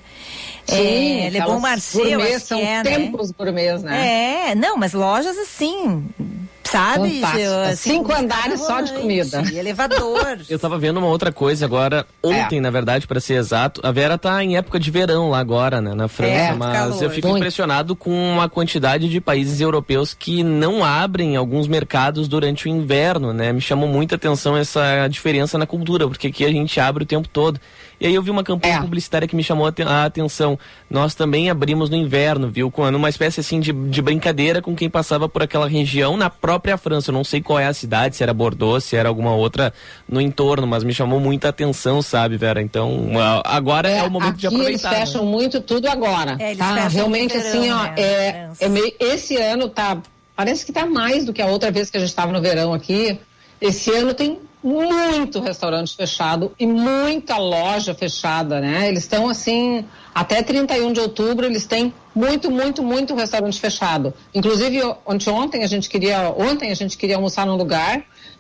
Sim, é, Le Bon Marché, eu acho são que é, templos né? gourmets, né? É, não, mas lojas assim, sabe? Assim, Cinco andares só de comida. Elevador. Eu tava vendo uma outra coisa agora, ontem, é. na verdade, para ser exato. A Vera tá em época de verão lá agora, né, na França, é, mas calor. eu fico Muito. impressionado com a quantidade de países europeus que não abrem alguns mercados durante o inverno, né? Me chamou muita atenção essa diferença na cultura, porque aqui a gente abre o tempo todo. E aí eu vi uma campanha é. publicitária que me chamou a atenção. Nós também abrimos no inverno, viu? Com uma espécie assim de, de brincadeira com quem passava por aquela região na própria França. Eu não sei qual é a cidade, se era Bordeaux, se era alguma outra no entorno, mas me chamou muita atenção, sabe, Vera? Então, agora é, é o momento de aproveitar. Eles fecham né? muito tudo agora. É, eles tá? Realmente verão, assim, ó, né, é, é meio, esse ano tá, parece que tá mais do que a outra vez que a gente estava no verão aqui. Esse ano tem muito restaurante fechado e muita loja fechada, né? Eles estão assim, até trinta e um de outubro eles têm muito, muito, muito restaurante fechado. Inclusive, ontem, ontem a gente queria, ontem a gente queria almoçar num lugar,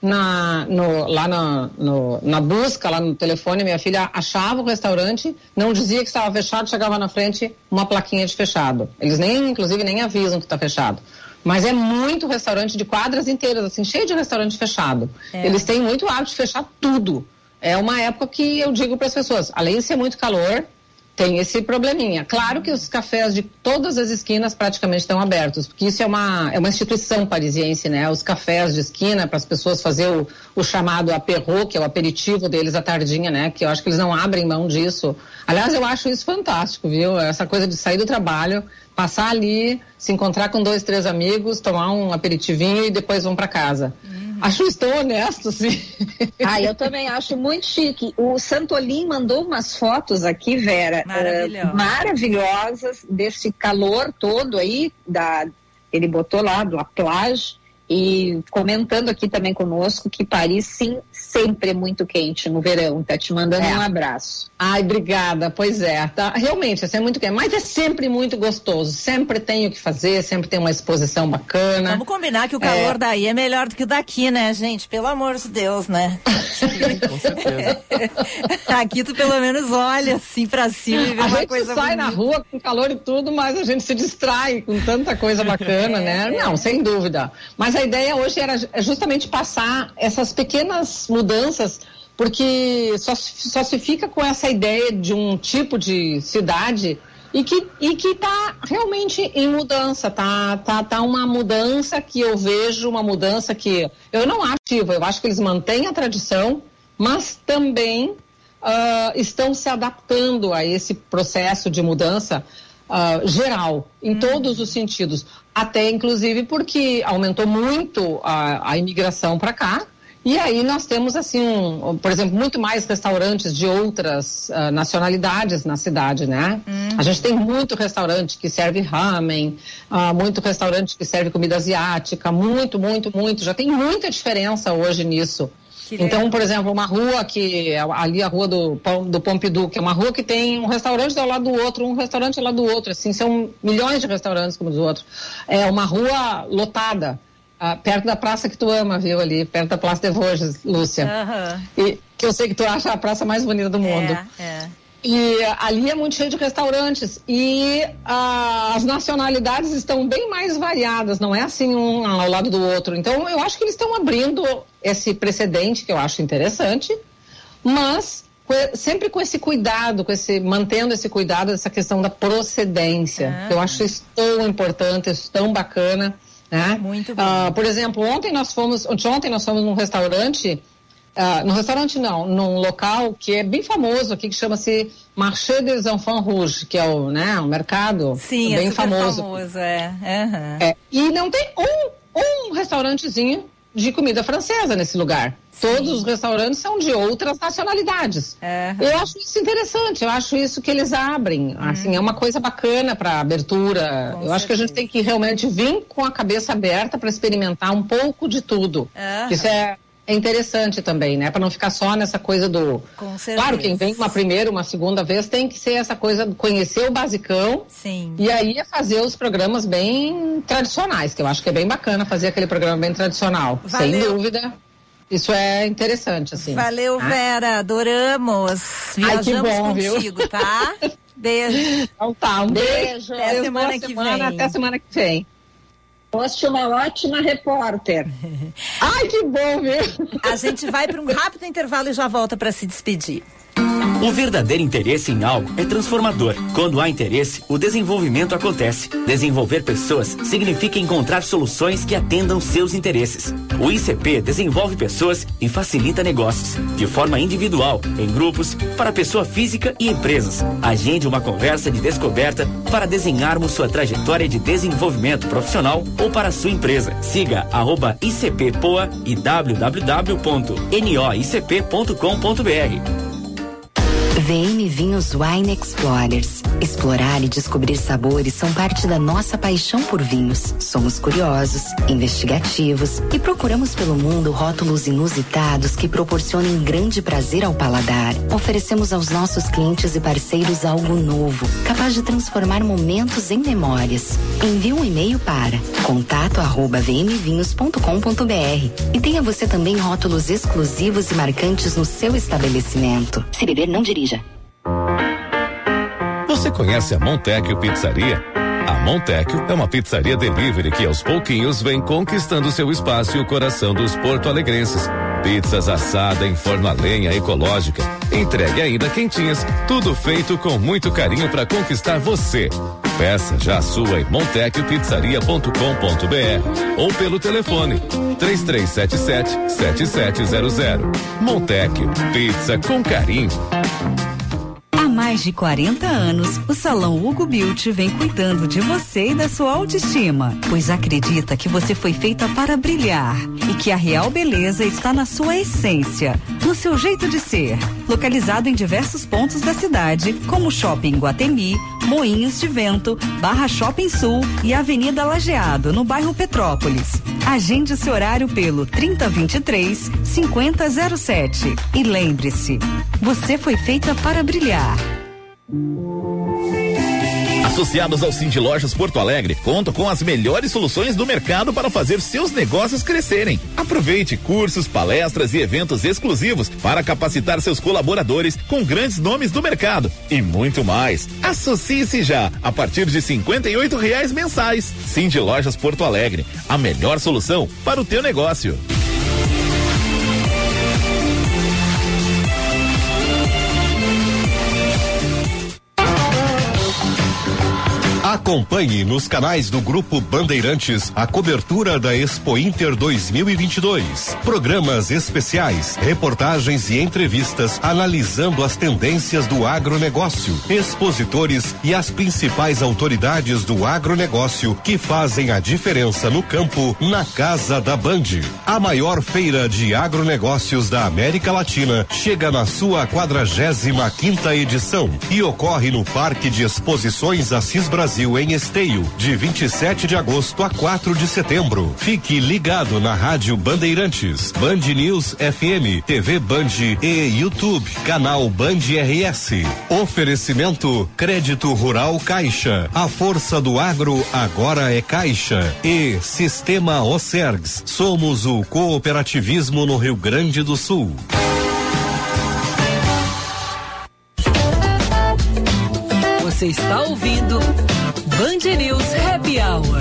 na, no, lá na, no, na busca, lá no telefone, minha filha achava o restaurante, não dizia que estava fechado, chegava na frente uma plaquinha de fechado. Eles nem, inclusive, nem avisam que está fechado. Mas é muito restaurante de quadras inteiras, assim, cheio de restaurante fechado. É. Eles têm muito hábito de fechar tudo. É uma época que eu digo para as pessoas, além de ser muito calor, tem esse probleminha. Claro que os cafés de todas as esquinas praticamente estão abertos, porque isso é uma, é uma instituição parisiense, né? Os cafés de esquina, para as pessoas fazer o, o chamado apéro, que é o aperitivo deles à tardinha, né? Que eu acho que eles não abrem mão disso. Aliás, eu acho isso fantástico, viu? Essa coisa de sair do trabalho, passar ali, se encontrar com dois, três amigos, tomar um aperitivinho e depois vão para casa. Uhum. Acho isso tão honesto, sim. Ah, eu também acho muito chique. O Santolim mandou umas fotos aqui, Vera, Maravilhosa. uh, maravilhosas, desse calor todo aí, da, ele botou lá, da plage, e comentando aqui também conosco que Paris, sim, sempre é muito quente no verão. Tá te mandando é. um abraço. Ai, obrigada. Pois é, tá? Realmente, assim, é muito quente, mas é sempre muito gostoso. Sempre tem o que fazer, sempre tem uma exposição bacana. Vamos combinar que o calor é. daí é melhor do que o daqui, né, gente? Pelo amor de Deus, né? Com certeza. Aqui tu pelo menos olha assim pra cima e vê a uma gente coisa sai bonita. na rua com calor e tudo, mas a gente se distrai com tanta coisa bacana, é, né? É. Não, sem dúvida. Mas a ideia hoje era justamente passar essas pequenas mudanças, porque só, só se fica com essa ideia de um tipo de cidade e que e que está realmente em mudança, tá, tá, tá uma mudança que eu vejo, uma mudança que eu não acho, eu acho que eles mantêm a tradição, mas também uh, estão se adaptando a esse processo de mudança uh, geral, em hum. todos os sentidos, até inclusive porque aumentou muito a, a imigração para cá. E aí nós temos, assim, um, por exemplo, muito mais restaurantes de outras uh, nacionalidades na cidade, né? Uhum. A gente tem muito restaurante que serve ramen, uh, muito restaurante que serve comida asiática, muito, muito, muito. Já tem muita diferença hoje nisso. Que então, legal. Por exemplo, uma rua que, ali a rua do, do Pompidou, que é uma rua que tem um restaurante ao lado do outro, um restaurante ao lado do outro, assim, são milhões de restaurantes como os outros. É uma rua lotada. Ah, perto da praça que tu ama, viu, ali, perto da Praça de Vosges, Lúcia. Uhum. E que eu sei que tu acha a praça mais bonita do mundo. É, é. E ali é muito cheio de restaurantes e ah, as nacionalidades estão bem mais variadas, não é assim um ao lado do outro. Então eu acho que eles estão abrindo esse precedente que eu acho interessante, mas sempre com esse cuidado, com esse, mantendo esse cuidado dessa questão da procedência. Uhum. Eu acho isso tão importante, isso tão bacana. Né? Muito bom. Uh, por exemplo, ontem nós fomos, ontem nós fomos num restaurante, uh, no restaurante não, num local que é bem famoso aqui, que chama-se Marché des Enfants Rouges, que é o, né, um mercado Sim, bem é super famoso. famoso é. Uhum. é. E não tem um, um restaurantezinho de comida francesa nesse lugar. Sim. Todos os restaurantes são de outras nacionalidades. Uhum. Eu acho isso interessante, eu acho isso que eles abrem. Uhum. Assim, é uma coisa bacana para abertura. Com eu certeza. Acho que a gente tem que realmente vir com a cabeça aberta para experimentar um pouco de tudo. Uhum. Isso é, é interessante também, né? Para não ficar só nessa coisa do... Com certeza. Claro, quem vem uma primeira, uma segunda vez tem que ser essa coisa de conhecer o basicão. Sim. E aí é fazer os programas bem tradicionais, que eu acho que é bem bacana fazer aquele programa bem tradicional. Valeu. Sem dúvida. Isso é interessante, assim. Valeu, ah. Vera, adoramos. Viajamos Ai, que bom, contigo, viu? Tá? Beijo. Então tá, um beijo. Até a semana que semana, vem. Até semana que vem. Foste uma ótima repórter. Ai, que bom, viu? A gente vai para um rápido intervalo e já volta para se despedir. O verdadeiro interesse em algo é transformador. Quando há interesse, o desenvolvimento acontece. Desenvolver pessoas significa encontrar soluções que atendam seus interesses. O I C P desenvolve pessoas e facilita negócios, de forma individual, em grupos, para pessoa física e empresas. Agende uma conversa de descoberta para desenharmos sua trajetória de desenvolvimento profissional ou para sua empresa. Siga arroba I C P Poa e w w w ponto noicp ponto com ponto b r. V M Vinhos Wine Explorers. Explorar e descobrir sabores são parte da nossa paixão por vinhos. Somos curiosos, investigativos e procuramos pelo mundo rótulos inusitados que proporcionem grande prazer ao paladar. Oferecemos aos nossos clientes e parceiros algo novo, capaz de transformar momentos em memórias. Envie um e-mail para contato arroba v m vinhos ponto com ponto b r e tenha você também rótulos exclusivos e marcantes no seu estabelecimento. Se beber, não dirija. Você conhece a Montecchio Pizzaria? A Montecchio é uma pizzaria delivery que aos pouquinhos vem conquistando seu espaço e o coração dos porto-alegrenses. Pizzas assada em forno a lenha ecológica, entregue ainda quentinhas, tudo feito com muito carinho para conquistar você. Peça já a sua em montecchio pizzaria ponto com ponto b r ou pelo telefone três três sete sete, sete sete zero zero. Montecchio, pizza com carinho. Há mais de quarenta anos, o Salão Hugo Beauty vem cuidando de você e da sua autoestima, pois acredita que você foi feita para brilhar e que a real beleza está na sua essência, no seu jeito de ser. Localizado em diversos pontos da cidade, como Shopping Guatemi, Moinhos de Vento, Barra Shopping Sul e Avenida Lajeado, no bairro Petrópolis. Agende o seu horário pelo trinta vinte e três, cinquenta zero sete. E lembre-se, você foi feita para brilhar. Associados ao Cindy Lojas Porto Alegre, contam com as melhores soluções do mercado para fazer seus negócios crescerem. Aproveite cursos, palestras e eventos exclusivos para capacitar seus colaboradores com grandes nomes do mercado e muito mais. Associe-se já a partir de cinquenta e oito reais mensais. Cindy Lojas Porto Alegre, a melhor solução para o teu negócio. Acompanhe nos canais do Grupo Bandeirantes a cobertura da Expo Inter dois mil e vinte e dois. Programas especiais, reportagens e entrevistas analisando as tendências do agronegócio, expositores e as principais autoridades do agronegócio que fazem a diferença no campo na Casa da Band. A maior feira de agronegócios da América Latina chega na sua quadragésima quinta edição e ocorre no Parque de Exposições Assis Brasil em Esteio, de vinte e sete de agosto a quatro de setembro. Fique ligado na Rádio Bandeirantes, Band News F M, T V Band e YouTube, canal Band R S. Oferecimento Crédito Rural Caixa. A força do agro agora é Caixa. E Sistema Ocergs. Somos o cooperativismo no Rio Grande do Sul. Você está ouvindo Band News Happy Hour.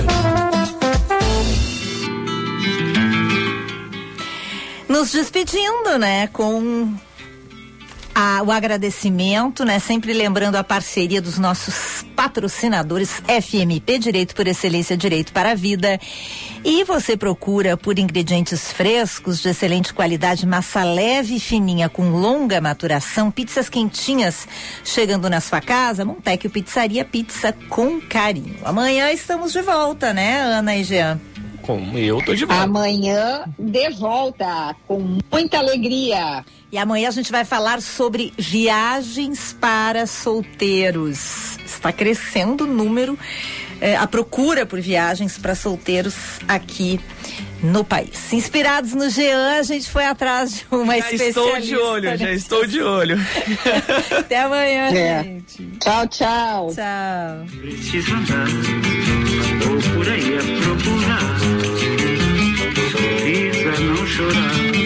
Nos despedindo, né, com a, o agradecimento, né, sempre lembrando a parceria dos nossos patrocinadores F M P, Direito por Excelência, Direito para a Vida. E você procura por ingredientes frescos, de excelente qualidade, massa leve e fininha com longa maturação, pizzas quentinhas chegando na sua casa. Montecchio Pizzaria, pizza com carinho. Amanhã estamos de volta, né, Ana e Jean? Com eu tô de volta. Amanhã de volta, com muita alegria. E amanhã a gente vai falar sobre viagens para solteiros. Está crescendo o número, eh, a procura por viagens para solteiros aqui no país. Inspirados no Jean, a gente foi atrás de uma já especialista. Já estou de olho, né? já estou de olho. Até amanhã, é. gente. Tchau, tchau. Tchau. Preciso andar, vou por aí a procurar, sorriso a não chorar.